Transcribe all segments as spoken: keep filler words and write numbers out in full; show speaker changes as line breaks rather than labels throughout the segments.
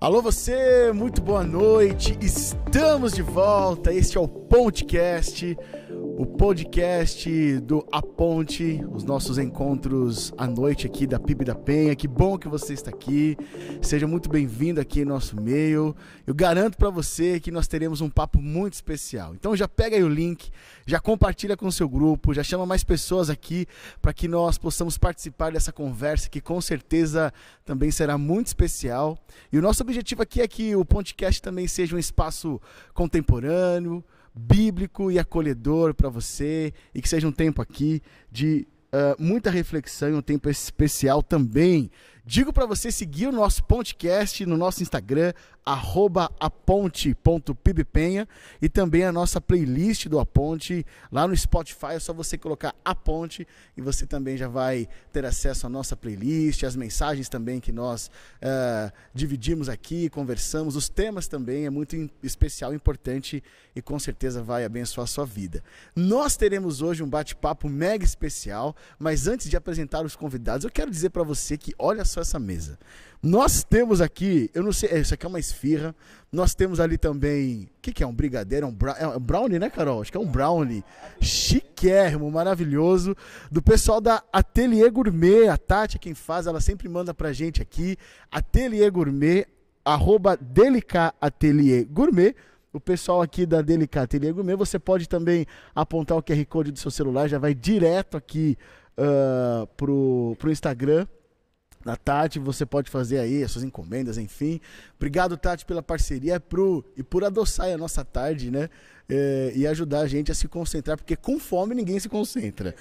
Alô você, muito boa noite, estamos de volta, este é o Pontecast, o podcast do A Ponte, os nossos encontros à noite aqui da P I B da Penha. Que bom que você está aqui, seja muito bem-vindo aqui em nosso meio. Eu garanto para você que nós teremos um papo muito especial, então já pega aí o link, já compartilha com o seu grupo, já chama mais pessoas aqui para que nós possamos participar dessa conversa que com certeza também será muito especial. E o nosso objetivo aqui é que o podcast também seja um espaço contemporâneo, bíblico e acolhedor para você, e que seja um tempo aqui de uh, muita reflexão e um tempo especial também. Digo para você seguir o nosso podcast no nosso Instagram, arroba aponte.pibpenha, e também a nossa playlist do A Ponte, lá no Spotify. É só você colocar A Ponte e você também já vai ter acesso à nossa playlist, as mensagens também que nós uh, dividimos aqui, conversamos, os temas também, é muito especial, importante e com certeza vai abençoar a sua vida. Nós teremos hoje um bate-papo mega especial, mas antes de apresentar os convidados, eu quero dizer para você que olha só essa mesa. Nós temos aqui, eu não sei, isso aqui é uma esfirra, nós temos ali também, o que, que é? Um brigadeiro? É um, brownie, é um brownie, né, Carol? Acho que é um brownie chiquérrimo, maravilhoso, do pessoal da Ateliê Gourmet. A Tati é quem faz, ela sempre manda pra gente aqui, Ateliê Gourmet, arroba Delicat Ateliê Gourmet. O pessoal aqui da Delicat Ateliê Gourmet, você pode também apontar o Q R Code do seu celular, já vai direto aqui uh, pro, pro Instagram da Tati, você pode fazer aí as suas encomendas, enfim. Obrigado, Tati, pela parceria pro, e por adoçar a nossa tarde, né? É, e ajudar a gente a se concentrar, porque com fome ninguém se concentra.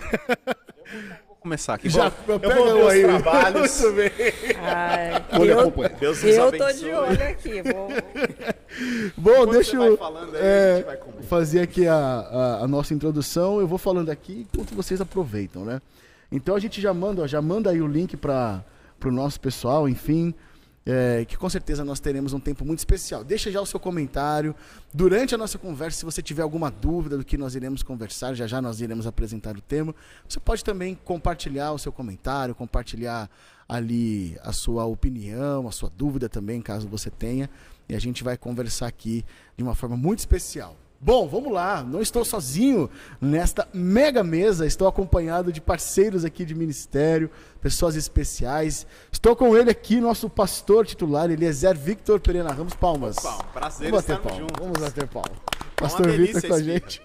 Vou começar aqui.
Já,
eu
pega
vou ver os
aí.
trabalhos.
Muito bem.
Ai,
Olha,
eu
Deus nos
eu
abençoe.
tô de olho aqui. Vou...
Bom,
Enquanto
deixa
você
eu
vai falando aí,
é,
a gente vai comer.
fazer aqui a, a, a nossa introdução. Eu vou falando aqui enquanto vocês aproveitam, né? Então a gente já manda, ó, já manda aí o link para o nosso pessoal, enfim, é, que com certeza nós teremos um tempo muito especial. Deixa já o seu comentário durante a nossa conversa, se você tiver alguma dúvida do que nós iremos conversar, já já nós iremos apresentar o tema. Você pode também compartilhar o seu comentário, compartilhar ali a sua opinião, a sua dúvida também, caso você tenha, e a gente vai conversar aqui de uma forma muito especial. Bom, vamos lá, não estou sozinho nesta mega mesa, estou acompanhado de parceiros aqui de ministério, pessoas especiais. Estou com ele aqui, nosso pastor titular, Eliezer Victor Pereira Ramos. Palmas.
Opa, prazer
vamos
estarmos
bater
juntos.
Vamos bater palmas.
Tá
Pastor Victor com a gente.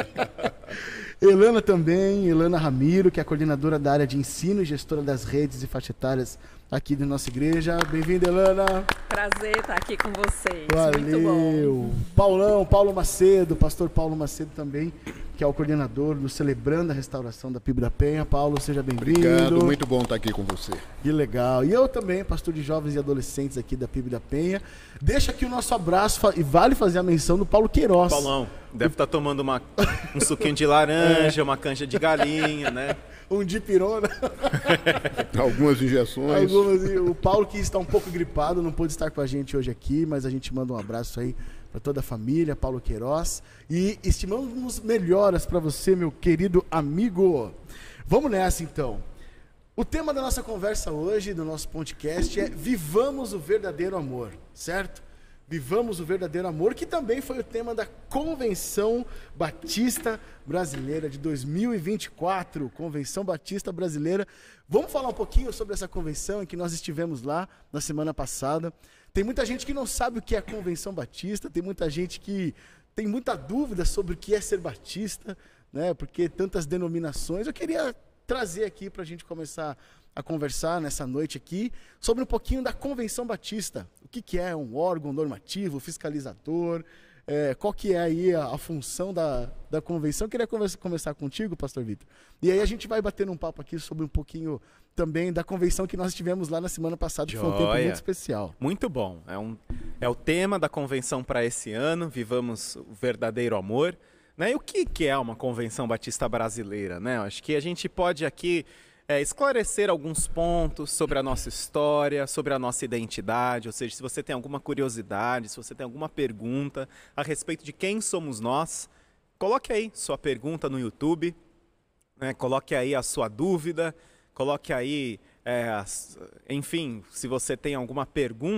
Elana também, Elana Ramiro, que é a coordenadora da área de ensino e gestora das redes e faixa etárias aqui da nossa igreja. Bem-vinda, Elana.
Prazer estar aqui com vocês.
Valeu.
Muito bom.
Paulão, Paulo Macedo, pastor Paulo Macedo também, que é o coordenador do Celebrando a Restauração da P I B da Penha. Paulo, seja bem-vindo.
Obrigado, muito bom estar aqui com você.
Que legal. E eu também, pastor de jovens e adolescentes aqui da P I B da Penha. Deixa aqui o nosso abraço e vale fazer a menção do Paulo Queiroz.
Paulão, deve estar tomando uma, um suquinho de laranja, é. uma canja de galinha, né?
Um dipirona.
Algumas injeções.
Algumas, o Paulo, que está um pouco gripado, não pôde estar com a gente hoje aqui, mas a gente manda um abraço aí para toda a família, Paulo Queiroz. E estimamos melhoras para você, meu querido amigo. Vamos nessa, então. O tema da nossa conversa hoje, do nosso podcast, é Vivamos o Verdadeiro Amor, certo? Vivamos o Verdadeiro Amor, que também foi o tema da Convenção Batista Brasileira de dois mil e vinte e quatro, Convenção Batista Brasileira. Vamos falar um pouquinho sobre essa convenção em que nós estivemos lá na semana passada. Tem muita gente que não sabe o que é a Convenção Batista, tem muita gente que tem muita dúvida sobre o que é ser batista, né? Porque tantas denominações. Eu queria trazer aqui para a gente começar a conversar nessa noite aqui sobre um pouquinho da Convenção Batista. O que, que é um órgão normativo, fiscalizador, é, qual que é aí a, a função da, da convenção. Eu queria conversa, conversar contigo, pastor Vitor. E aí a gente vai bater um papo aqui sobre um pouquinho também da convenção que nós tivemos lá na semana passada, que foi um tempo muito especial.
Muito bom. É, um, é o tema da convenção para esse ano, Vivamos o Verdadeiro Amor. Né? E o que, que é uma Convenção Batista Brasileira? Né? Acho que a gente pode aqui É, esclarecer alguns pontos sobre a nossa história, sobre a nossa identidade, ou seja, se você tem alguma curiosidade, se você tem alguma pergunta a respeito de quem somos nós, coloque aí sua pergunta no YouTube, né, coloque aí a sua dúvida, coloque aí, é, as, enfim, se você tem alguma pergunta,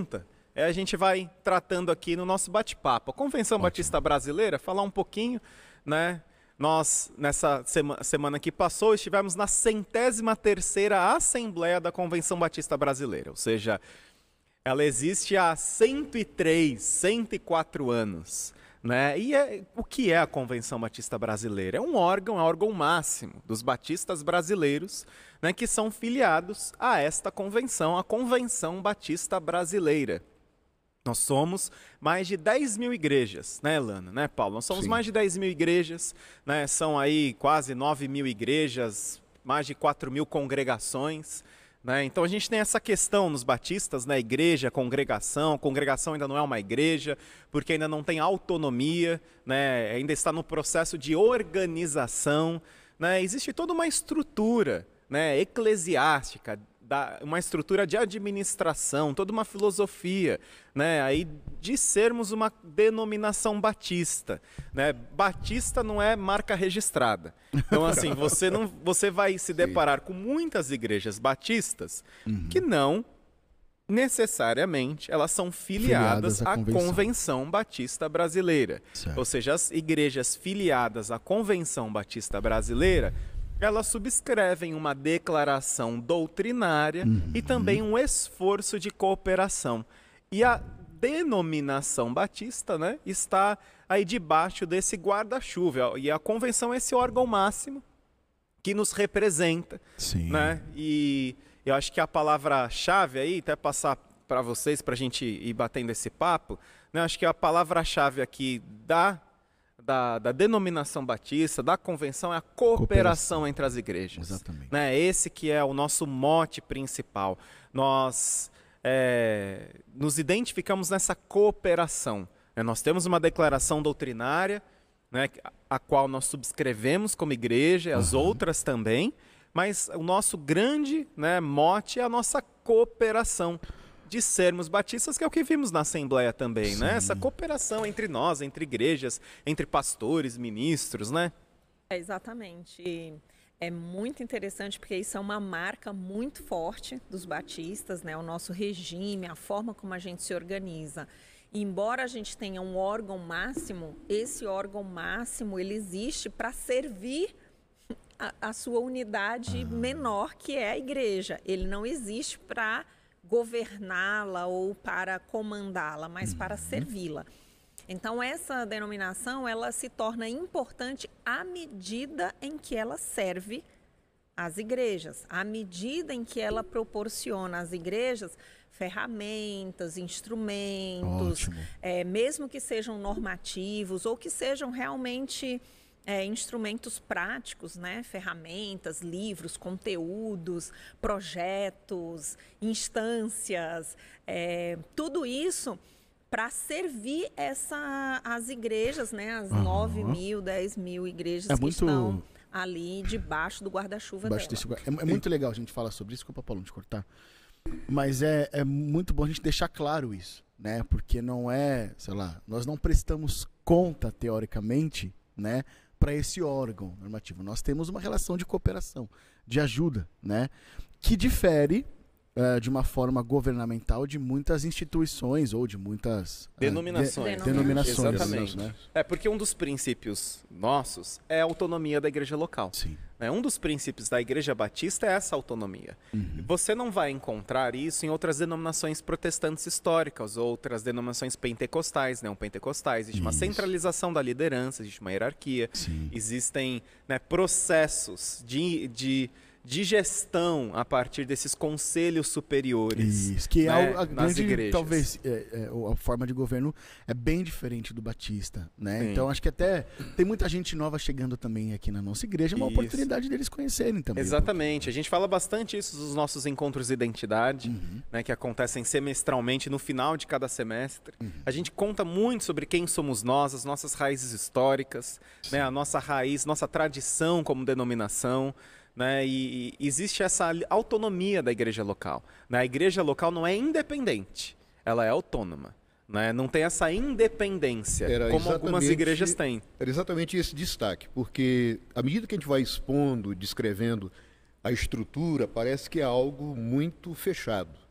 é, a gente vai tratando aqui no nosso bate-papo. A Convenção
Ótimo.
Batista Brasileira, falar um pouquinho, né? Nós, nessa sema, semana que passou, estivemos na centésima terceira Assembleia da Convenção Batista Brasileira, ou seja, ela existe há cento e três, cento e quatro anos. Né? E é, o que é a Convenção Batista Brasileira? É um órgão, é um órgão máximo dos batistas brasileiros, né, que são filiados a esta convenção, a Convenção Batista Brasileira. Nós somos mais de dez mil igrejas, né, Elana, né, Paulo? Nós somos
Sim.
mais de dez mil igrejas, né? São aí quase nove mil igrejas, mais de quatro mil congregações. Né? Então a gente tem essa questão nos batistas, né? Igreja, congregação, congregação ainda não é uma igreja, porque ainda não tem autonomia, né? Ainda está no processo de organização, né? Existe toda uma estrutura, né, eclesiástica, da, uma estrutura de administração, toda uma filosofia, né, aí de sermos uma denominação batista, né? Batista não é marca registrada. Então, assim, você, não, você vai se deparar com muitas igrejas batistas
Uhum.
que não necessariamente elas são filiadas,
Filiadas à
à
convenção.
Convenção Batista Brasileira.
Certo.
Ou seja, as igrejas filiadas à Convenção Batista Brasileira, elas subscrevem uma declaração doutrinária
Uhum.
e também um esforço de cooperação. E a denominação batista, né, está aí debaixo desse guarda-chuva. E a convenção é esse órgão máximo que nos representa.
Sim.
Né? E eu acho que a palavra-chave aí, até passar para vocês, para a gente ir batendo esse papo, né? Acho que a palavra-chave aqui da, da, da denominação batista, da convenção, é a cooperação,
Cooperação.
entre as igrejas.
Exatamente.
Né? Esse que é o nosso mote principal. Nós é, nos identificamos nessa cooperação. Né? Nós temos uma declaração doutrinária, né, a qual nós subscrevemos como igreja, as
Uhum.
outras também, mas o nosso grande, né, mote é a nossa cooperação de sermos batistas, que é o que vimos na Assembleia também, né? Essa cooperação entre nós, entre igrejas, entre pastores, ministros, né?
É, exatamente. E é muito interessante porque isso é uma marca muito forte dos batistas, né? O nosso regime, a forma como a gente se organiza. E embora a gente tenha um órgão máximo, esse órgão máximo ele existe para servir a, a sua unidade menor, que é a igreja. Ele não existe para governá-la ou para comandá-la, mas para servi-la. Então essa denominação ela se torna importante à medida em que ela serve as igrejas, à medida em que ela proporciona às igrejas ferramentas, instrumentos,
Ótimo.
é, mesmo que sejam normativos ou que sejam realmente é, instrumentos práticos, né? Ferramentas, livros, conteúdos, projetos, instâncias, é, tudo isso para servir essa, as igrejas, né? As
Aham.
nove mil, dez mil igrejas
É
que
muito-
estão ali debaixo do guarda-chuva
Embaixo
dela.
desse guarda- É, é muito legal a gente falar sobre isso. Desculpa, Paulo, de cortar. Mas é, é muito bom a gente deixar claro isso, né? Porque não é, sei lá, nós não prestamos conta, teoricamente, né, para esse órgão normativo. Nós temos uma relação de cooperação, de ajuda, né? Que difere eh, de uma forma governamental de muitas instituições ou de muitas eh,
Denominações.
de- denominações.
Exatamente.
Né?
É porque um dos princípios nossos é a autonomia da igreja local.
Sim.
Né? Um dos princípios da Igreja Batista é essa autonomia.
Uhum.
Você não vai encontrar isso em outras denominações protestantes históricas, outras denominações pentecostais, neopentecostais. Existe uma
Isso.
centralização da liderança, existe uma hierarquia,
Sim.
existem, né, processos de, de, de gestão a partir desses conselhos superiores.
Isso, que é
né,
a, a
nas
grande,
igrejas.
talvez, é, é, a forma de governo é bem diferente do Batista, né?
Sim.
Então acho que até tem muita gente nova chegando também aqui na nossa igreja, é uma
Isso.
oportunidade deles conhecerem também.
Exatamente. A gente fala bastante isso dos nossos encontros de identidade,
Uhum.
né, que acontecem semestralmente no final de cada semestre.
Uhum.
A gente conta muito sobre quem somos nós, as nossas raízes históricas, né, a nossa raiz, nossa tradição como denominação. Né, e, e existe essa autonomia da igreja local. Né? A igreja local não é independente, ela é autônoma. Né? Não tem essa independência,
Era
como algumas
exatamente-
igrejas têm.
Era exatamente esse destaque, porque à medida que a gente vai expondo, descrevendo a estrutura, parece que é algo muito fechado.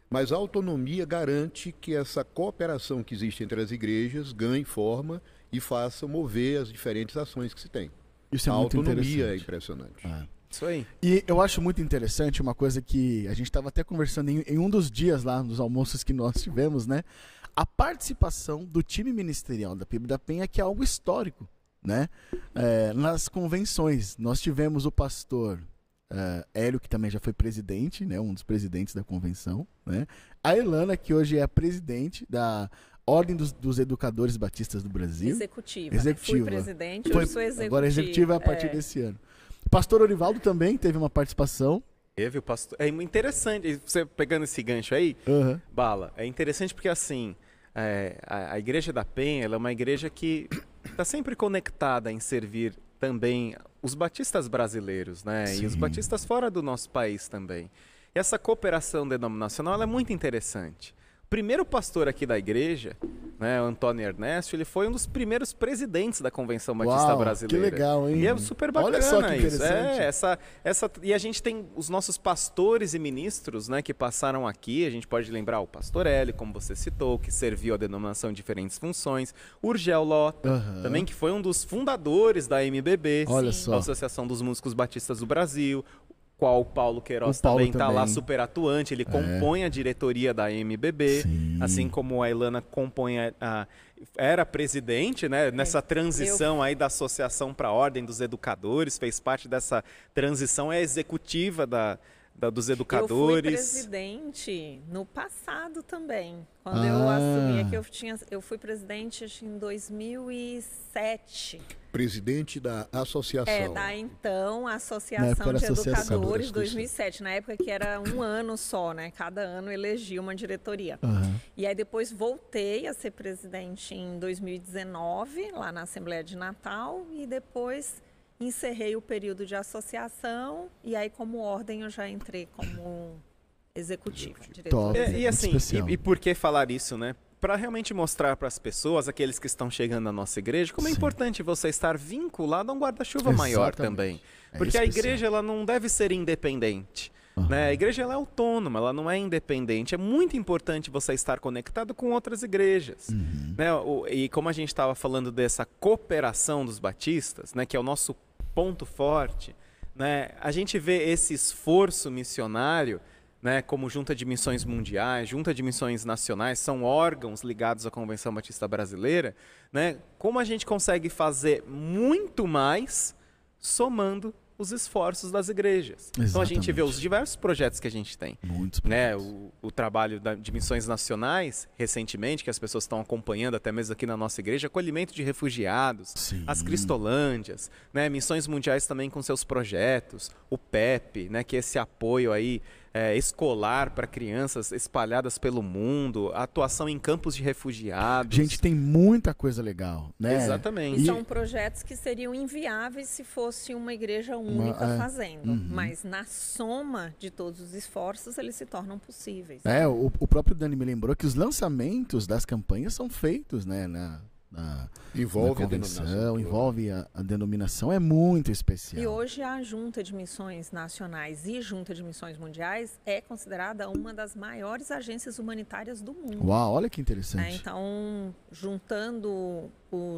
mas a autonomia garante que essa cooperação que existe entre as igrejas ganhe forma e faça mover as diferentes ações que se tem.
Isso é
a
muito
autonomia é
interessante.
impressionante.
Ah.
Isso aí.
E eu acho muito interessante uma coisa que a gente estava até conversando em, em um dos dias lá, nos almoços que nós tivemos, né? A participação do time ministerial da P I B da Penha, que é algo histórico, né? É, nas convenções, nós tivemos o pastor uh, Hélio, que também já foi presidente, né? Um dos presidentes da convenção, né? A Elana, que hoje é a presidente da Ordem dos, dos Educadores Batistas do Brasil.
Executiva.
Executiva.
Né? Fui presidente,
Foi,
hoje sou executiva.
agora executiva a partir
é.
desse ano. O pastor Orivaldo também teve uma participação.
Teve o pastor. É interessante, você pegando esse gancho aí,
Uhum.
Bala, é interessante porque assim, é, a, a Igreja da Penha, ela é uma igreja que está sempre conectada em servir também os batistas brasileiros, né?
Sim.
E os batistas fora do nosso país também. E essa cooperação denominacional ela é muito interessante. O primeiro pastor aqui da igreja, né, o Antônio Ernesto, ele foi um dos primeiros presidentes da Convenção Batista
Uau,
Brasileira.
que legal, hein?
E é super bacana
Olha só que
isso.
interessante.
É, essa, essa, e a gente tem os nossos pastores e ministros, né, que passaram aqui. A gente pode lembrar o pastor Hélio, como você citou, que serviu a denominação em diferentes funções. O Urgel Lota,
Uhum.
também, que foi um dos fundadores da M B B,
Olha
sim,
só.
a Associação dos Músicos Batistas do Brasil. Qual o Paulo Queiroz
O Paulo
também está lá
também.
super atuante, ele compõe a diretoria da M B B,
Sim.
assim como a Elana compõe a, a- era presidente, né, nessa transição aí da associação para a Ordem dos Educadores, fez parte dessa transição, é executiva da, da- dos
Eu fui
educadores.
presidente no passado também. Quando
Ah.
eu assumi aqui, eu, tinha, eu fui presidente acho, em dois mil e sete.
Presidente da associação.
É, da então
Na
Associação
época era
de
associação.
Educadores dois mil e sete, na época que era um ano só, né? Cada ano elegia uma diretoria.
Uhum.
E aí depois voltei a ser presidente em dois mil e dezenove, lá na Assembleia de Natal, e depois encerrei o período de associação, e aí como ordem eu já entrei como executiva. diretora
Top.
É,
executiva.
e assim,
especial.
e, e por que falar isso, né? Para realmente mostrar para as pessoas, aqueles que estão chegando na nossa igreja, como é
Sim.
importante você estar vinculado a um guarda-chuva maior
Exatamente.
também.
É
Porque a
especial.
igreja ela não deve ser independente.
Uhum.
Né? A igreja ela é autônoma, ela não é independente. É muito importante você estar conectado com outras igrejas.
Uhum.
Né? O- e como a gente estava falando dessa cooperação dos batistas, né? Que é o nosso ponto forte, né? A gente vê esse esforço missionário, né, como Junta de Missões Mundiais, Junta de Missões Nacionais, são órgãos ligados à Convenção Batista Brasileira, né, como a gente consegue fazer muito mais somando os esforços das igrejas. Então a gente vê
Exatamente.
os diversos projetos que a gente tem.
Muitos
Né,
projetos.
o, o trabalho da- de missões nacionais, recentemente, que as pessoas estão acompanhando até mesmo aqui na nossa igreja, acolhimento de refugiados,
Sim.
as Cristolândias, né, missões mundiais também com seus projetos, o P E P, né, que é esse apoio aí é, escolar para crianças espalhadas pelo mundo, a atuação em campos de refugiados.
Gente, tem muita coisa legal, né?
Exatamente.
E
E-
são projetos que seriam inviáveis se fosse uma igreja única
é.
fazendo.
Uhum.
Mas na soma de todos os esforços, eles se tornam possíveis.
É, o, o próprio Dani me lembrou que os lançamentos das campanhas são feitos, né, na, na,
Envolve
na
a
convenção,
denominação.
envolve a, a denominação, é muito especial.
E hoje a Junta de Missões Nacionais e Junta de Missões Mundiais é considerada uma das maiores agências humanitárias do mundo.
Uau, olha que
né?
interessante.
Então, juntando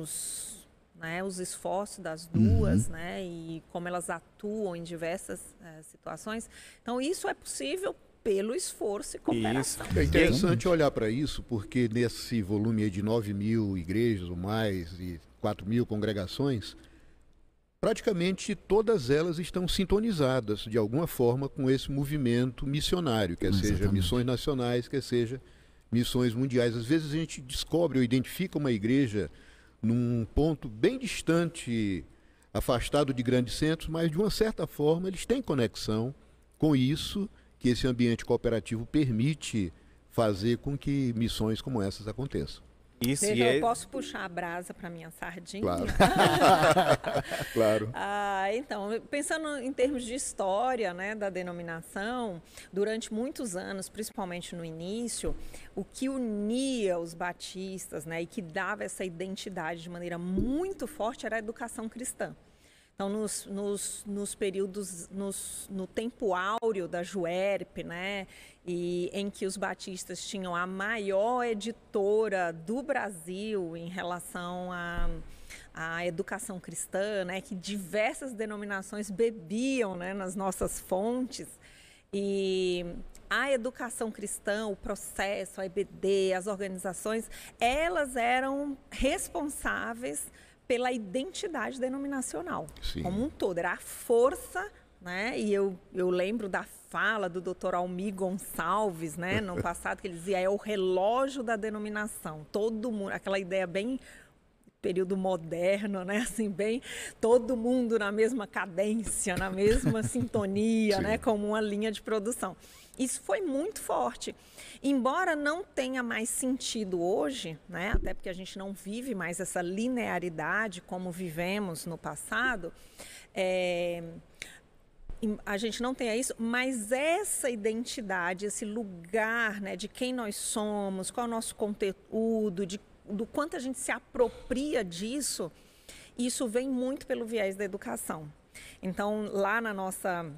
os, né, os esforços das
Uhum.
duas, né, e como elas atuam em diversas eh, situações, então isso é possível pelo esforço e cooperação.
Isso.
É interessante
Exatamente.
olhar para isso, porque nesse volume aí de nove mil igrejas ou mais e quatro mil congregações, praticamente todas elas estão sintonizadas de alguma forma com esse movimento missionário, quer seja
Exatamente.
missões nacionais, quer seja missões mundiais. Às vezes a gente descobre ou identifica uma igreja num ponto bem distante, afastado de grandes centros, mas de uma certa forma eles têm conexão com isso que esse ambiente cooperativo permite fazer com que missões como essas aconteçam.
Isso,
Veja,
e é...
eu posso puxar a brasa para minha sardinha?
Claro. Claro.
Ah, então, pensando em termos de história, né, da denominação, durante muitos anos, principalmente no início, o que unia os batistas, né, e que dava essa identidade de maneira muito forte era a educação cristã. Então, nos, nos, nos períodos, nos, no tempo áureo da Juerp, né, e em que os batistas tinham a maior editora do Brasil em relação a a educação cristã, né, que diversas denominações bebiam, né, nas nossas fontes, e a educação cristã, o processo, a E B D, as organizações, elas eram responsáveis pela identidade denominacional. Sim. Como um todo, era a força, né, e eu, eu lembro da fala do doutor Almir Gonçalves, né, no passado, que ele dizia, é o relógio da denominação, todo mundo, aquela ideia bem período moderno, né? Assim, bem, todo mundo na mesma cadência, na mesma sintonia, né? Como uma linha de produção. Isso foi muito forte. Embora não tenha mais sentido hoje, né? Até porque a gente não vive mais essa linearidade como vivemos no passado, é... a gente não tenha isso, mas essa identidade, esse lugar, né? De quem nós somos, qual é o nosso conteúdo, de do quanto a gente se apropria disso, isso vem muito pelo viés da educação. Então, lá na nossa,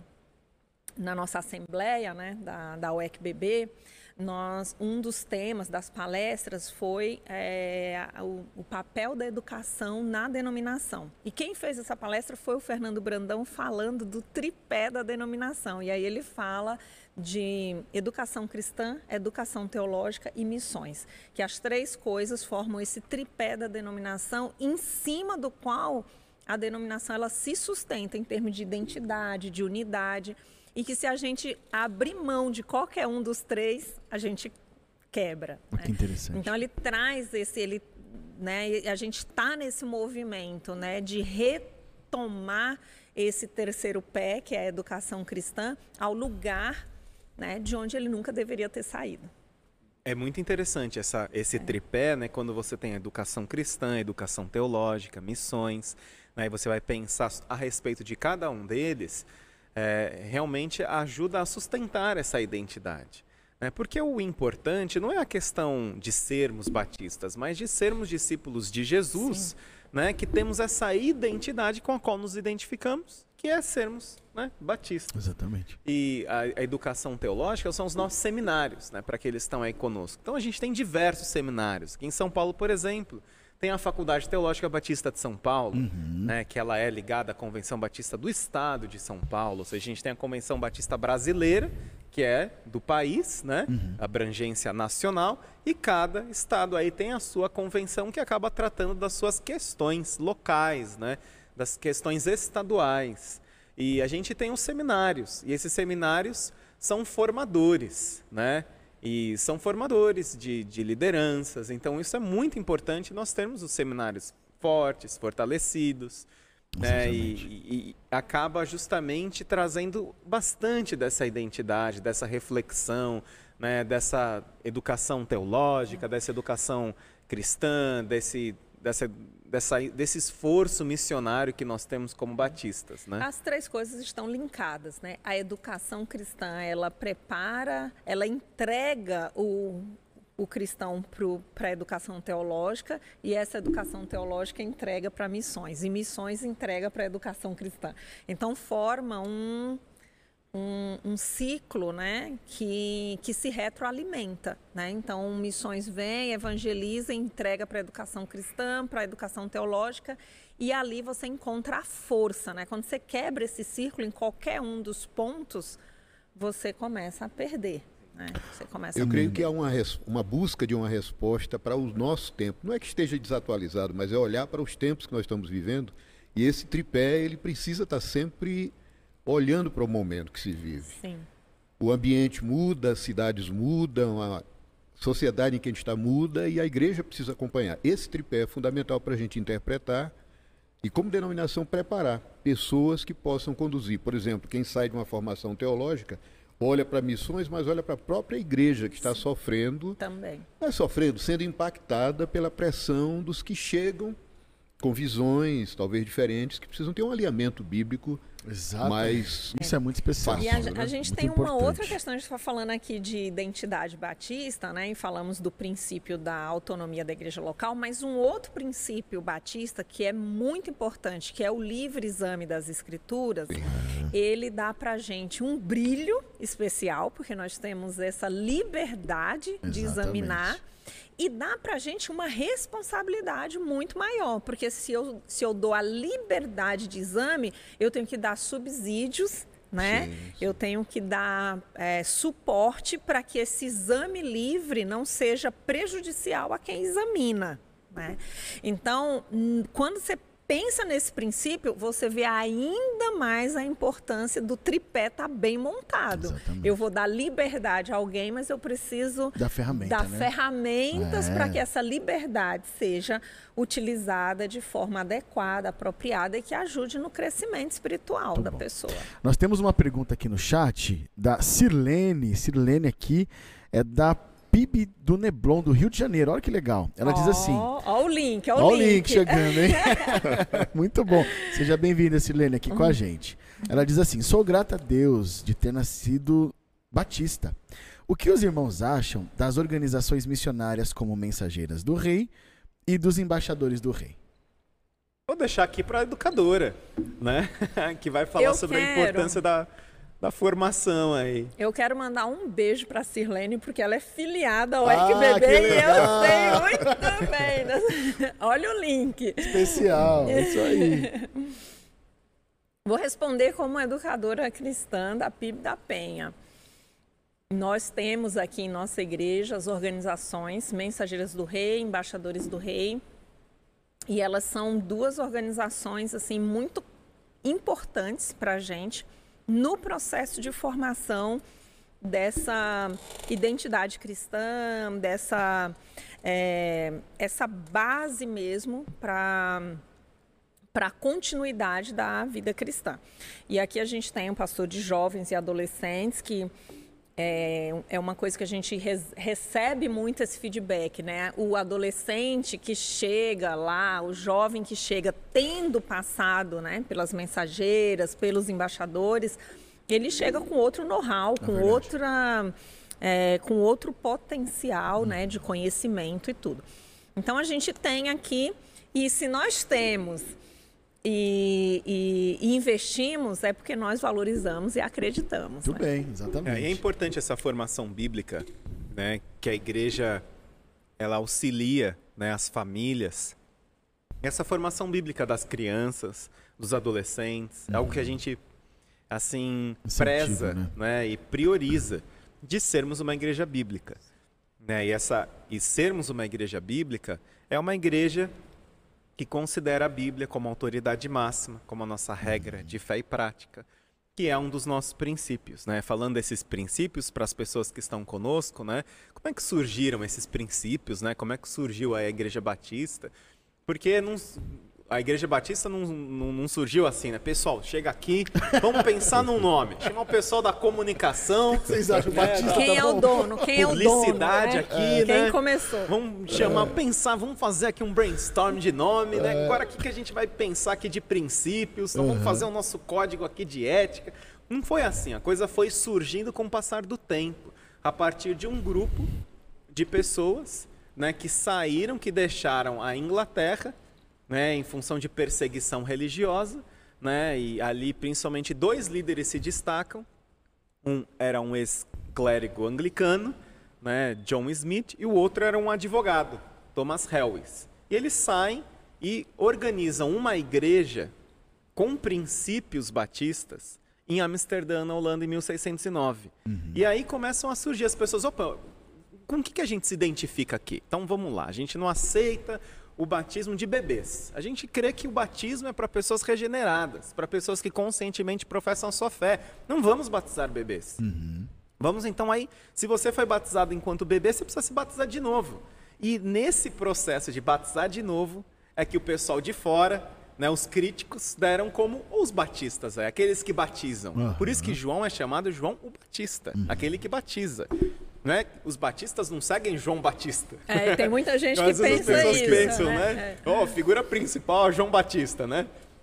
na nossa assembleia, né, da, da U E C B B, nós, um dos temas das palestras foi é, o, o papel da educação na denominação. E quem fez essa palestra foi o Fernando Brandão, falando do tripé da denominação. E aí ele fala de educação cristã, educação teológica e missões, que as três coisas formam esse tripé da denominação, em cima do qual a denominação ela se sustenta em termos de identidade, de unidade, e que se a gente abrir mão de qualquer um dos três, a gente quebra.
Que
né?
interessante.
Então ele traz esse, ele, né, a gente está nesse movimento, né, de retomar esse terceiro pé, que é a educação cristã, ao lugar, né, de onde ele nunca deveria ter saído.
É muito interessante essa, esse é. tripé, né, quando você tem educação cristã, educação teológica, missões, né, e você vai pensar a respeito de cada um deles, é, realmente ajuda a sustentar essa identidade. Né, porque o importante não é a questão de sermos batistas, mas de sermos discípulos de Jesus, né, que temos essa identidade com a qual nos identificamos, que é sermos, né, batistas.
Exatamente.
E a, a educação teológica são os nossos seminários, né, para aqueles que estão aí conosco. Então a gente tem diversos seminários. Aqui em São Paulo, por exemplo, tem a Faculdade Teológica Batista de São Paulo, uhum. né, que ela é ligada à Convenção Batista do Estado de São Paulo. Ou seja, a gente tem a Convenção Batista Brasileira, que é do país, né, uhum. abrangência nacional, e cada estado aí tem a sua convenção que acaba tratando das suas questões locais, né, das questões estaduais. E a gente tem os seminários, e esses seminários são formadores, né? E são formadores de, de lideranças, então isso é muito importante, nós termos os seminários fortes, fortalecidos, né? e, e, e acaba justamente trazendo bastante dessa identidade, dessa reflexão, né? Dessa educação teológica, dessa educação cristã, desse... Dessa, dessa, desse esforço missionário que nós temos como batistas, né?
As três coisas estão linkadas, né? A educação cristã, ela prepara, ela entrega o, o cristão para a educação teológica, e essa educação teológica entrega para missões, e missões entrega para a educação cristã. Então forma um... Um, um ciclo, né, que, que se retroalimenta, né? Então, missões vem, evangeliza, entrega para a educação cristã, para a educação teológica, e ali você encontra a força, né? Quando você quebra esse círculo em qualquer um dos pontos, você começa a perder, né? Você começa
Eu
a
creio
perder.
que há uma, uma busca de uma resposta para o nosso tempo. Não é que esteja desatualizado, mas é olhar para os tempos que nós estamos vivendo, e esse tripé, ele precisa estar sempre olhando para o momento que se vive.
Sim.
O ambiente muda, as cidades mudam, a sociedade em que a gente está muda, e a igreja precisa acompanhar. Esse tripé é fundamental para a gente interpretar e, como denominação, preparar pessoas que possam conduzir. Por exemplo, quem sai de uma formação teológica olha para missões, mas olha para a própria igreja que está Sim. sofrendo,
Também.
não é sofrendo, sendo impactada pela pressão dos que chegam com visões talvez diferentes, que precisam ter um alinhamento bíblico
Exato.
Mas
isso é muito especial.
E a,
Fácil,
a gente
Muito
tem uma
importante.
outra questão, a gente está falando aqui de identidade batista, né? E falamos do princípio da autonomia da igreja local, mas um outro princípio batista que é muito importante, que é o livre exame das escrituras, ele dá para a gente um brilho especial, porque nós temos essa liberdade de
Exatamente.
examinar. E dá para a gente uma responsabilidade muito maior, porque se eu, se eu dou a liberdade de exame, eu tenho que dar subsídios, né?
Sim, sim.
Eu tenho que dar é, suporte para que esse exame livre não seja prejudicial a quem examina, né? Então, hum, quando você pensa nesse princípio, você vê ainda mais a importância do tripé estar bem montado.
Exatamente.
Eu vou dar liberdade a alguém, mas eu preciso
Da ferramenta,
dar
né?
ferramentas
É.
para que essa liberdade seja utilizada de forma adequada, apropriada e que ajude no crescimento espiritual
Muito
da
bom.
pessoa.
Nós temos uma pergunta aqui no chat da Sirlene. Sirlene aqui é da P I B do Neblon, do Rio de Janeiro. Olha que legal. Ela diz assim...
Ó o link, ó o
Olha o
link.
link chegando, hein? Muito bom. Seja bem-vinda, Sirlene, aqui com a gente. Ela diz assim: sou grata a Deus de ter nascido batista. O que os irmãos acham das organizações missionárias como Mensageiras do Rei e dos Embaixadores do Rei?
Vou deixar aqui para a educadora, né? Que vai falar
Eu
sobre a
quero.
importância da, da formação aí.
Eu quero mandar um beijo para a Sirlene, porque ela é filiada ao
Ah,
R B
que
B e
legal.
eu sei muito bem. né? Olha o link.
Especial, é isso aí.
Vou responder como educadora cristã da P I B da Penha. Nós temos aqui em nossa igreja as organizações Mensageiras do Rei, Embaixadores do Rei, e elas são duas organizações assim muito importantes para a gente no processo de formação dessa identidade cristã, dessa é, essa base mesmo para para a continuidade da vida cristã. E aqui a gente tem um pastor de jovens e adolescentes que é, é uma coisa que a gente res, recebe muito esse feedback, né? O adolescente que chega lá, o jovem que chega tendo passado, né, pelas mensageiras, pelos embaixadores, ele chega com outro know-how, com
verdade.
outra, é, com outro potencial, né, de conhecimento e tudo. Então a gente tem aqui, e se nós temos E, e, e investimos, é porque nós valorizamos e acreditamos.
Muito
né?
bem, exatamente.
É, e é importante essa formação bíblica, né? Que a igreja ela auxilia, né, as famílias. Essa formação bíblica das crianças, dos adolescentes, é algo que a gente assim
Incentiva,
preza,
né?
né, e prioriza de sermos uma igreja bíblica, né? E essa e sermos uma igreja bíblica é uma igreja que considera a Bíblia como autoridade máxima, como a nossa regra de fé e prática, que é um dos nossos princípios, né? Falando desses princípios para as pessoas que estão conosco, né? Como é que surgiram esses princípios, né? Como é que surgiu a Igreja Batista? Porque não, a Igreja Batista não, não, não surgiu assim, né? Pessoal, chega aqui, vamos pensar num nome. Chamar o pessoal da comunicação.
Vocês acham
né,
Batista
Quem
tá
é o
bom?
dono? Quem é o dono?
Publicidade
né?
aqui,
Quem
né?
começou?
Vamos chamar, pensar, vamos fazer aqui um brainstorm de nome, né? Agora o que, que a gente vai pensar aqui de princípios? Então, vamos fazer o nosso código aqui de ética. Não foi assim, a coisa foi surgindo com o passar do tempo, a partir de um grupo de pessoas, né, que saíram, que deixaram a Inglaterra, né, em função de perseguição religiosa, né, e ali principalmente dois líderes se destacam. Um era um ex-clérigo anglicano, né, John Smith, e o outro era um advogado, Thomas Helwys. E eles saem e organizam uma igreja com princípios batistas em Amsterdã, na Holanda, em mil seiscentos e nove. Uhum. E aí começam a surgir as pessoas, opa, com o que, que a gente se identifica aqui? Então vamos lá, a gente não aceita o batismo de bebês. A gente crê que o batismo é para pessoas regeneradas, para pessoas que conscientemente professam a sua fé. Não vamos batizar bebês. Uhum. Vamos então aí, se você foi batizado enquanto bebê, você precisa se batizar de novo. E nesse processo de batizar de novo, é que o pessoal de fora, né, os críticos, deram como os batistas, é, aqueles que batizam. Uhum. Por isso que João é chamado João o Batista, uhum. aquele que batiza. Né? Os batistas não seguem João Batista.
É, tem muita gente que
Às vezes
pensa
as pessoas
isso.
pensam,
né?
né? É. Oh, figura principal, João Batista, né?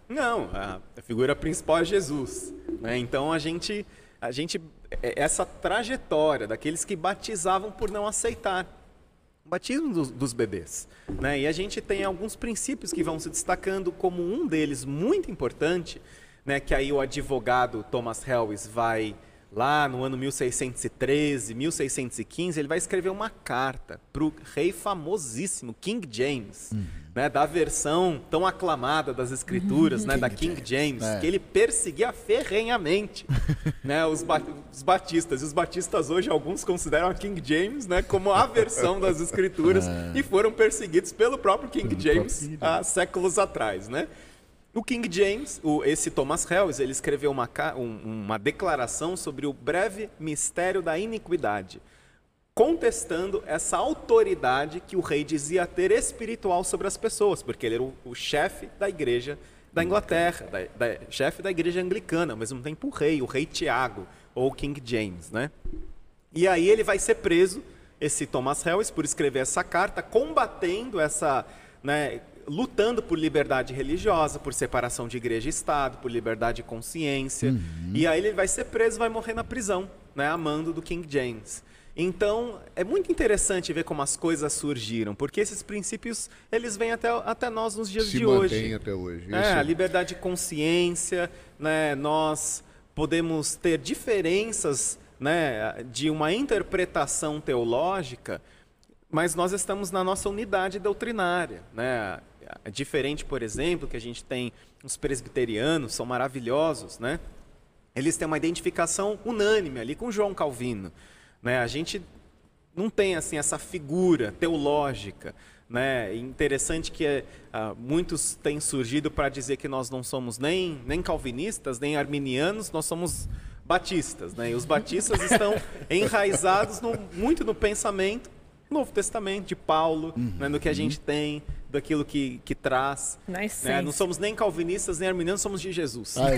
Não, a, a figura principal é Jesus. Né? Então a gente, a gente, essa trajetória daqueles que batizavam por não aceitar o batismo dos, dos bebês. Né? E a gente tem alguns princípios que vão se destacando como um deles muito importante, né? Que aí o advogado Thomas Helwys vai lá no ano mil seiscentos e treze, mil seiscentos e quinze, ele vai escrever uma carta para o rei famosíssimo King James, uhum. né, da versão tão aclamada das escrituras, uhum. né, da King James, é. que ele perseguia ferrenhamente né, os, ba os batistas. E os batistas hoje, alguns consideram a King James, né, como a versão das escrituras é. e foram perseguidos pelo próprio King pelo James próprio há séculos atrás, né? O King James, o, esse Thomas Helwys, ele escreveu uma, um, uma declaração sobre o breve mistério da iniquidade, contestando essa autoridade que o rei dizia ter espiritual sobre as pessoas, porque ele era o, o chefe da igreja da Inglaterra, da, da, chefe da igreja anglicana, ao mesmo tempo o rei, o rei Tiago, ou King James, né? E aí ele vai ser preso, esse Thomas Helwys, por escrever essa carta, combatendo essa... né, lutando por liberdade religiosa, por separação de igreja e Estado, por liberdade de consciência. Uhum. E aí ele vai ser preso, vai morrer na prisão, né, a mando do King James. Então, é muito interessante ver como as coisas surgiram, porque esses princípios, eles vêm até, até nós nos dias
Se
de hoje.
Se mantém até hoje.
É, a liberdade de consciência, né, nós podemos ter diferenças, né, de uma interpretação teológica, mas nós estamos na nossa unidade doutrinária, né? É diferente, por exemplo, que a gente tem os presbiterianos, são maravilhosos, né? Eles têm uma identificação unânime ali com João Calvino, né? A gente não tem assim essa figura teológica, né? Interessante que uh, muitos têm surgido para dizer que nós não somos nem, nem calvinistas, nem arminianos, nós somos batistas, né? E os batistas estão enraizados no, muito no pensamento Novo Testamento, de Paulo, uhum. né, no que a gente tem, daquilo que, que traz. Né? Não somos nem calvinistas, nem arminianos, somos de Jesus.
Aí,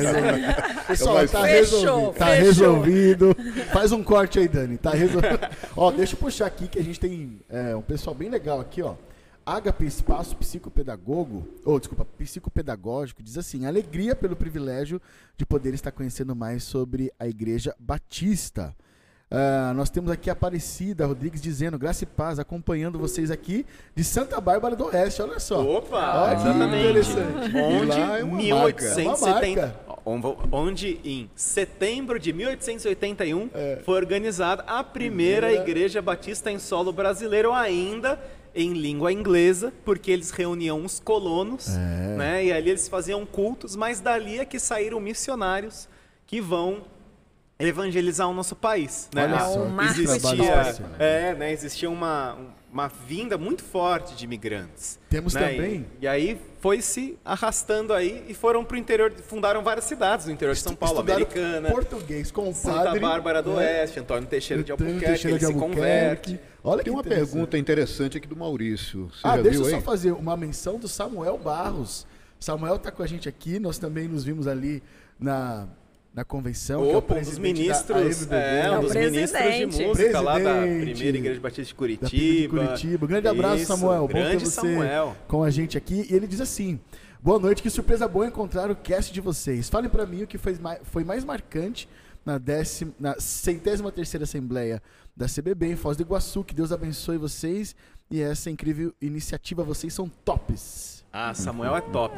pessoal, tá resolvido. Tá resolvido. Faz um corte aí, Dani. Tá resolvido. Ó, deixa eu puxar aqui que a gente tem é, um pessoal bem legal aqui, ó. Ágape Espaço Psicopedagogo, ou desculpa, Psicopedagógico, diz assim: alegria pelo privilégio de poder estar conhecendo mais sobre a Igreja Batista. Uh, nós temos aqui a Aparecida Rodrigues dizendo: graça e paz, acompanhando vocês aqui de Santa Bárbara do Oeste, olha só.
Opa,
olha
exatamente.
Onde,
é mil oitocentos e setenta,
é
onde em setembro de mil oitocentos e oitenta e um é. foi organizada a primeira é. Igreja Batista em solo brasileiro, ainda em língua inglesa, porque eles reuniam os colonos, é. né, e ali eles faziam cultos, mas dali é que saíram missionários que vão evangelizar o nosso país, né?
Olha só, um
existia, é, né? Existia uma, uma vinda muito forte de imigrantes.
Temos
né?
também.
E, e aí foi se arrastando aí e foram para o interior, fundaram várias cidades no interior de São Paulo, Americana,
português com o
Santa
padre,
Bárbara do
né?
Oeste, Antônio Teixeira de
Antônio
Albuquerque,
Teixeira
ele
de
se
Albuquerque.
converte.
Olha
Tem uma pergunta interessante aqui do Maurício. Você
ah,
já
deixa
viu,
eu só
hein?
fazer uma menção do Samuel Barros. Samuel está com a gente aqui, nós também nos vimos ali na... na convenção,
Opa,
que é o
um dos ministros,
da
é, um dos ministros de música
presidente
lá da Primeira Igreja Batista de Curitiba.
De Curitiba. Grande abraço,
Isso,
Samuel.
Grande
Bom ter você
Samuel.
com a gente aqui. E ele diz assim: boa noite, que surpresa boa encontrar o cast de vocês. Falem para mim o que foi mais, foi mais marcante na, décima, na centésima terceira Assembleia da C B B em Foz do Iguaçu. Que Deus abençoe vocês e essa incrível iniciativa. Vocês são tops.
Ah, Samuel é top.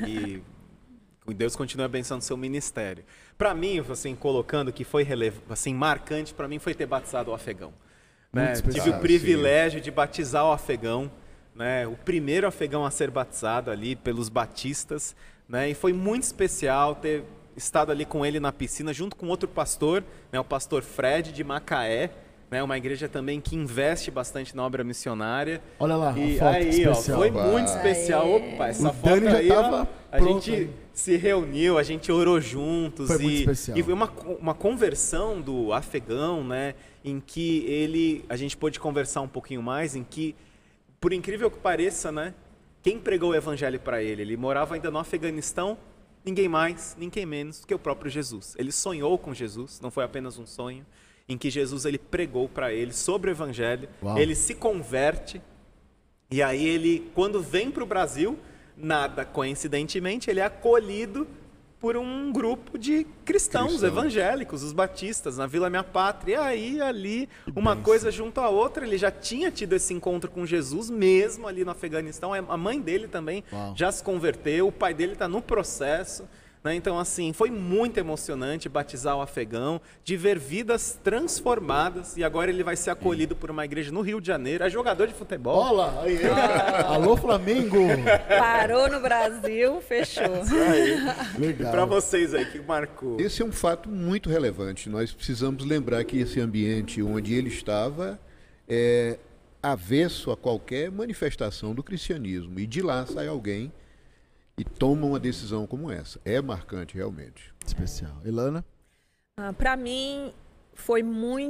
E Deus continue abençoando o seu ministério. Para mim, assim, colocando que foi assim, marcante, para mim foi ter batizado o afegão. Né? Tive o privilégio sim. de batizar o afegão, né? O primeiro afegão a ser batizado ali pelos batistas, né? E foi muito especial ter estado ali com ele na piscina, junto com outro pastor, né? O pastor Fred de Macaé, né? Uma igreja também que investe bastante na obra missionária.
Olha lá,
e
foto
aí,
especial.
ó, foi muito especial.
Aê.
Opa, essa
o
foto
Dani já
aí,
tava
ó, a
pronto,
gente
hein?
se reuniu, a gente orou juntos.
Foi
e,
muito especial.
E foi uma, uma conversão do afegão, né? Em que ele, a gente pôde conversar um pouquinho mais, em que, por incrível que pareça, né? Quem pregou o evangelho para ele? Ele morava ainda no Afeganistão, ninguém mais, ninguém menos que o próprio Jesus. Ele sonhou com Jesus, não foi apenas um sonho, em que Jesus ele pregou para ele sobre o evangelho. Uau. Ele se converte, e aí ele, quando vem para o Brasil, nada coincidentemente, ele é acolhido por um grupo de cristãos,
Cristãos.
evangélicos, os batistas, na Vila Minha Pátria. E aí, ali, uma
bênção.
coisa junto à outra, ele já tinha tido esse encontro com Jesus, mesmo ali no Afeganistão. A mãe dele também
Uau.
já se converteu, o pai dele está no processo. Né? Então, assim, foi muito emocionante batizar o afegão, de ver vidas transformadas. E agora ele vai ser acolhido por uma igreja no Rio de Janeiro. É jogador de futebol.
Olá, aí. Alô, Flamengo.
Parou no Brasil, fechou.
Legal.
Para vocês aí, que marcou.
Esse é um fato muito relevante. Nós precisamos lembrar que esse ambiente onde ele estava é avesso a qualquer manifestação do cristianismo. E de lá sai alguém e toma uma decisão como essa. É marcante, realmente.
Especial. Ilana?
Ah, para mim, foi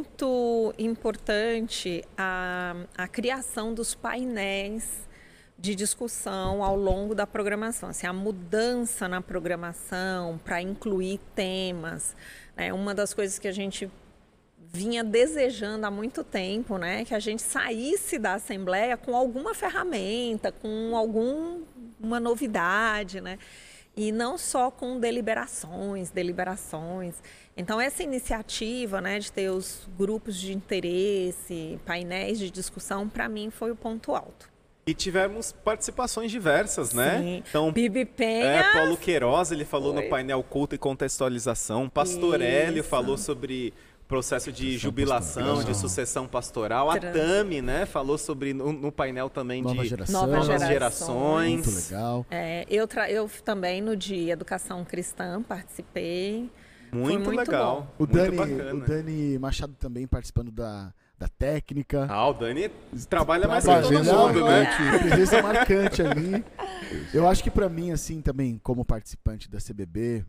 muito importante a, a criação dos painéis de discussão ao longo da programação. Assim, a mudança na programação para incluir temas. É uma das coisas que a gente vinha desejando há muito tempo, né? Que a gente saísse da Assembleia com alguma ferramenta, com alguma novidade, né? E não só com deliberações, deliberações. Então, essa iniciativa, né, de ter os grupos de interesse, painéis de discussão, para mim foi o ponto alto.
E tivemos participações diversas, né?
Sim.
Então,
Bibi Penha.
É, Paulo Queiroz, ele falou
Foi.
no painel Culto e Contextualização. Pastor Hélio
Isso.
falou sobre processo de
Sucessão
jubilação,
pastoral.
de sucessão pastoral. A
Trans.
Tami, né, falou sobre no, no painel também
Nova
de
geração.
Nova
novas
geração.
gerações.
Muito legal.
É, eu, tra- eu também no de Educação Cristã participei.
Muito,
Foi muito
legal.
bom.
O
muito
Dani,
bacana.
o Dani Machado também participando da, da técnica.
Ah, o Dani trabalha mais que todo
Fazendo
mundo,
uma
né?
presença marcante ali. Eu acho que pra mim, assim, também, como participante da C B B,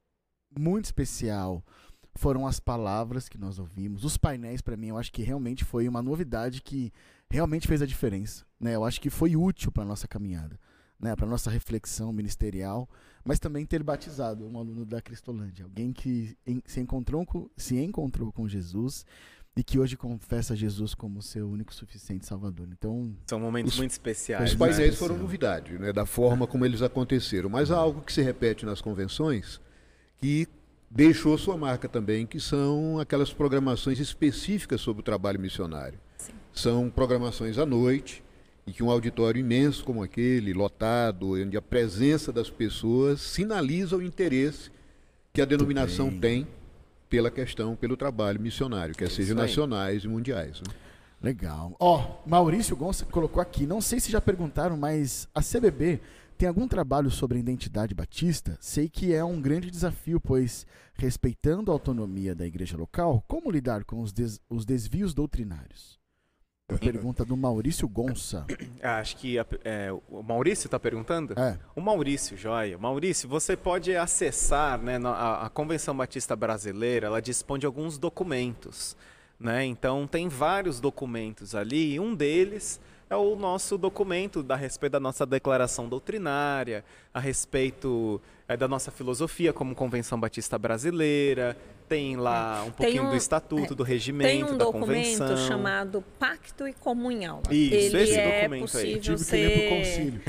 muito especial foram as palavras que nós ouvimos. Os painéis, pra mim, eu acho que realmente foi uma novidade que realmente fez a diferença, né? Eu acho que foi útil pra nossa caminhada, né? Pra nossa reflexão ministerial, mas também ter batizado um aluno da Cristolândia, alguém que em- se encontrou com, se encontrou com Jesus e que hoje confessa Jesus como seu único suficiente Salvador. Então,
São momentos
Os-
muito especiais.
Os
Mas,
né?
painéis
né?
foram novidade, né, da forma como eles aconteceram. Mas há algo que se repete nas convenções que deixou sua marca também, que são aquelas programações específicas sobre o trabalho missionário.
Sim.
São programações à noite, e que um auditório imenso como aquele, lotado, onde a presença das pessoas sinaliza o interesse que a denominação
bem.
tem pela questão, pelo trabalho missionário, quer
Isso
seja
aí.
nacionais e mundiais. Né?
legal. Ó, Maurício Gonça colocou aqui, não sei se já perguntaram, mas a C B B tem algum trabalho sobre a identidade batista? Sei que é um grande desafio, pois, respeitando a autonomia da igreja local, como lidar com os, des- os desvios doutrinários? A pergunta do Maurício Gonça.
Ah, acho que a- é, o Maurício está perguntando?
É.
O Maurício, joia. Maurício, você pode acessar, né, na- a, a Convenção Batista Brasileira, ela dispõe de alguns documentos, né? Então tem vários documentos ali, e um deles é o nosso documento da- a respeito da nossa declaração doutrinária, a respeito é, da nossa filosofia como Convenção Batista Brasileira, tem lá um pouquinho
um-
do estatuto,
é,
do
Tem
regimento,
um
da
documento
convenção.
chamado Pacto e Comunhão.
Isso,
ele
esse
é
documento aí.
possível
Tive que ler pro
ser...
concílio.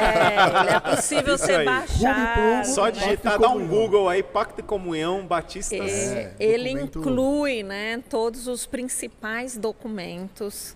É, ele é possível
Isso
ser
aí.
baixado.
Só
Pacto e
digitar, dá um
Comunhão.
Google aí, Pacto e Comunhão Batistas.
É,
É,
ele
documento-
inclui, né, todos os principais documentos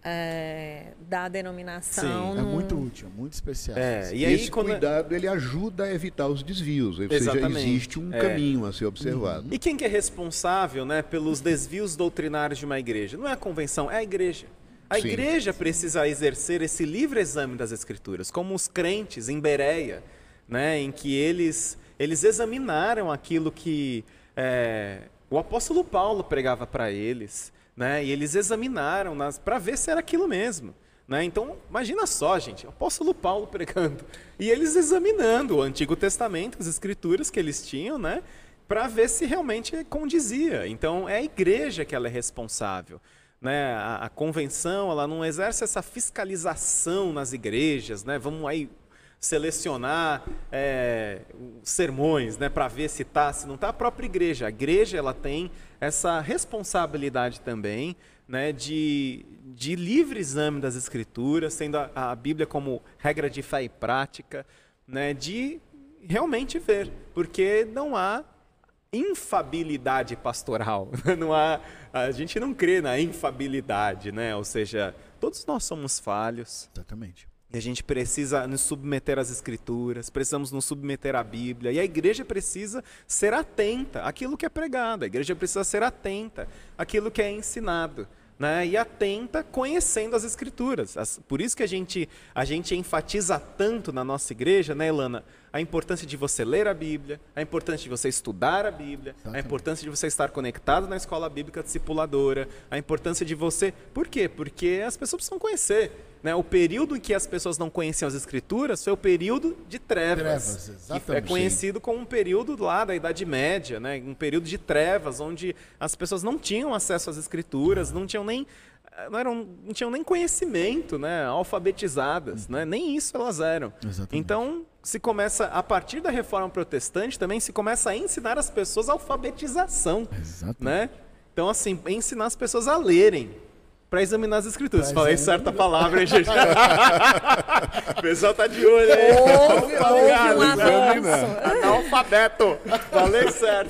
é, da denominação.
É
num-
muito útil, muito especial.
É,
E,
e aí
esse
quando...
cuidado ele ajuda a evitar os desvios, ou seja,
Exatamente.
existe um
É.
caminho a ser observado.
E quem que é responsável, né, pelos desvios doutrinários de uma igreja? Não é a convenção, é a igreja. A
Sim.
igreja precisa exercer esse livre exame das escrituras, como os crentes em Bereia, né, em que eles, eles examinaram aquilo que é, o apóstolo Paulo pregava para eles, né, e eles examinaram para ver se era aquilo mesmo. Né? Então, imagina só, gente, o apóstolo Paulo pregando e eles examinando o Antigo Testamento, as escrituras que eles tinham, né, para ver se realmente condizia. Então, é a igreja que ela é responsável. Né? A, a convenção ela não exerce essa fiscalização nas igrejas, né? Vamos aí selecionar é, sermões, né, para ver se está, se não está. A própria igreja, a igreja ela tem essa responsabilidade também, né, de, de livre exame das escrituras, tendo a, a Bíblia como regra de fé e prática, né, de realmente ver, porque não há infabilidade pastoral, não há, a gente não crê na infabilidade, né? Ou seja, todos nós somos falhos.
Exatamente.
E a gente precisa nos submeter às Escrituras, precisamos nos submeter à Bíblia, e a igreja precisa ser atenta àquilo que é pregado, a igreja precisa ser atenta àquilo que é ensinado, né? E atenta conhecendo as Escrituras. As, por isso que a gente, a gente enfatiza tanto na nossa igreja, né, Ilana, a importância de você ler a Bíblia, a importância de você estudar a Bíblia, Exatamente. A importância de você estar conectado na escola bíblica discipuladora, a importância de você... Por quê? Porque as pessoas precisam conhecer. Né? O período em que as pessoas não conheciam as Escrituras foi o período de trevas,
trevas exatamente.
Que é conhecido como um período lá da Idade Média, né? Um período de trevas, onde as pessoas não tinham acesso às Escrituras, não tinham nem, não eram, não tinham nem conhecimento, né? Alfabetizadas, né? Nem isso elas eram.
Exatamente.
Então, se começa, a partir da Reforma Protestante, também se começa a ensinar as pessoas a alfabetização.
Exatamente.
Né? Então, assim, ensinar as pessoas a lerem, para examinar as Escrituras.
Pra
Falei
examinar.
certa palavra, hein, gente? O pessoal tá de olho aí.
Houve,
Tá
houve
ligado?
um avanço.
Analfabeto. Falei certo.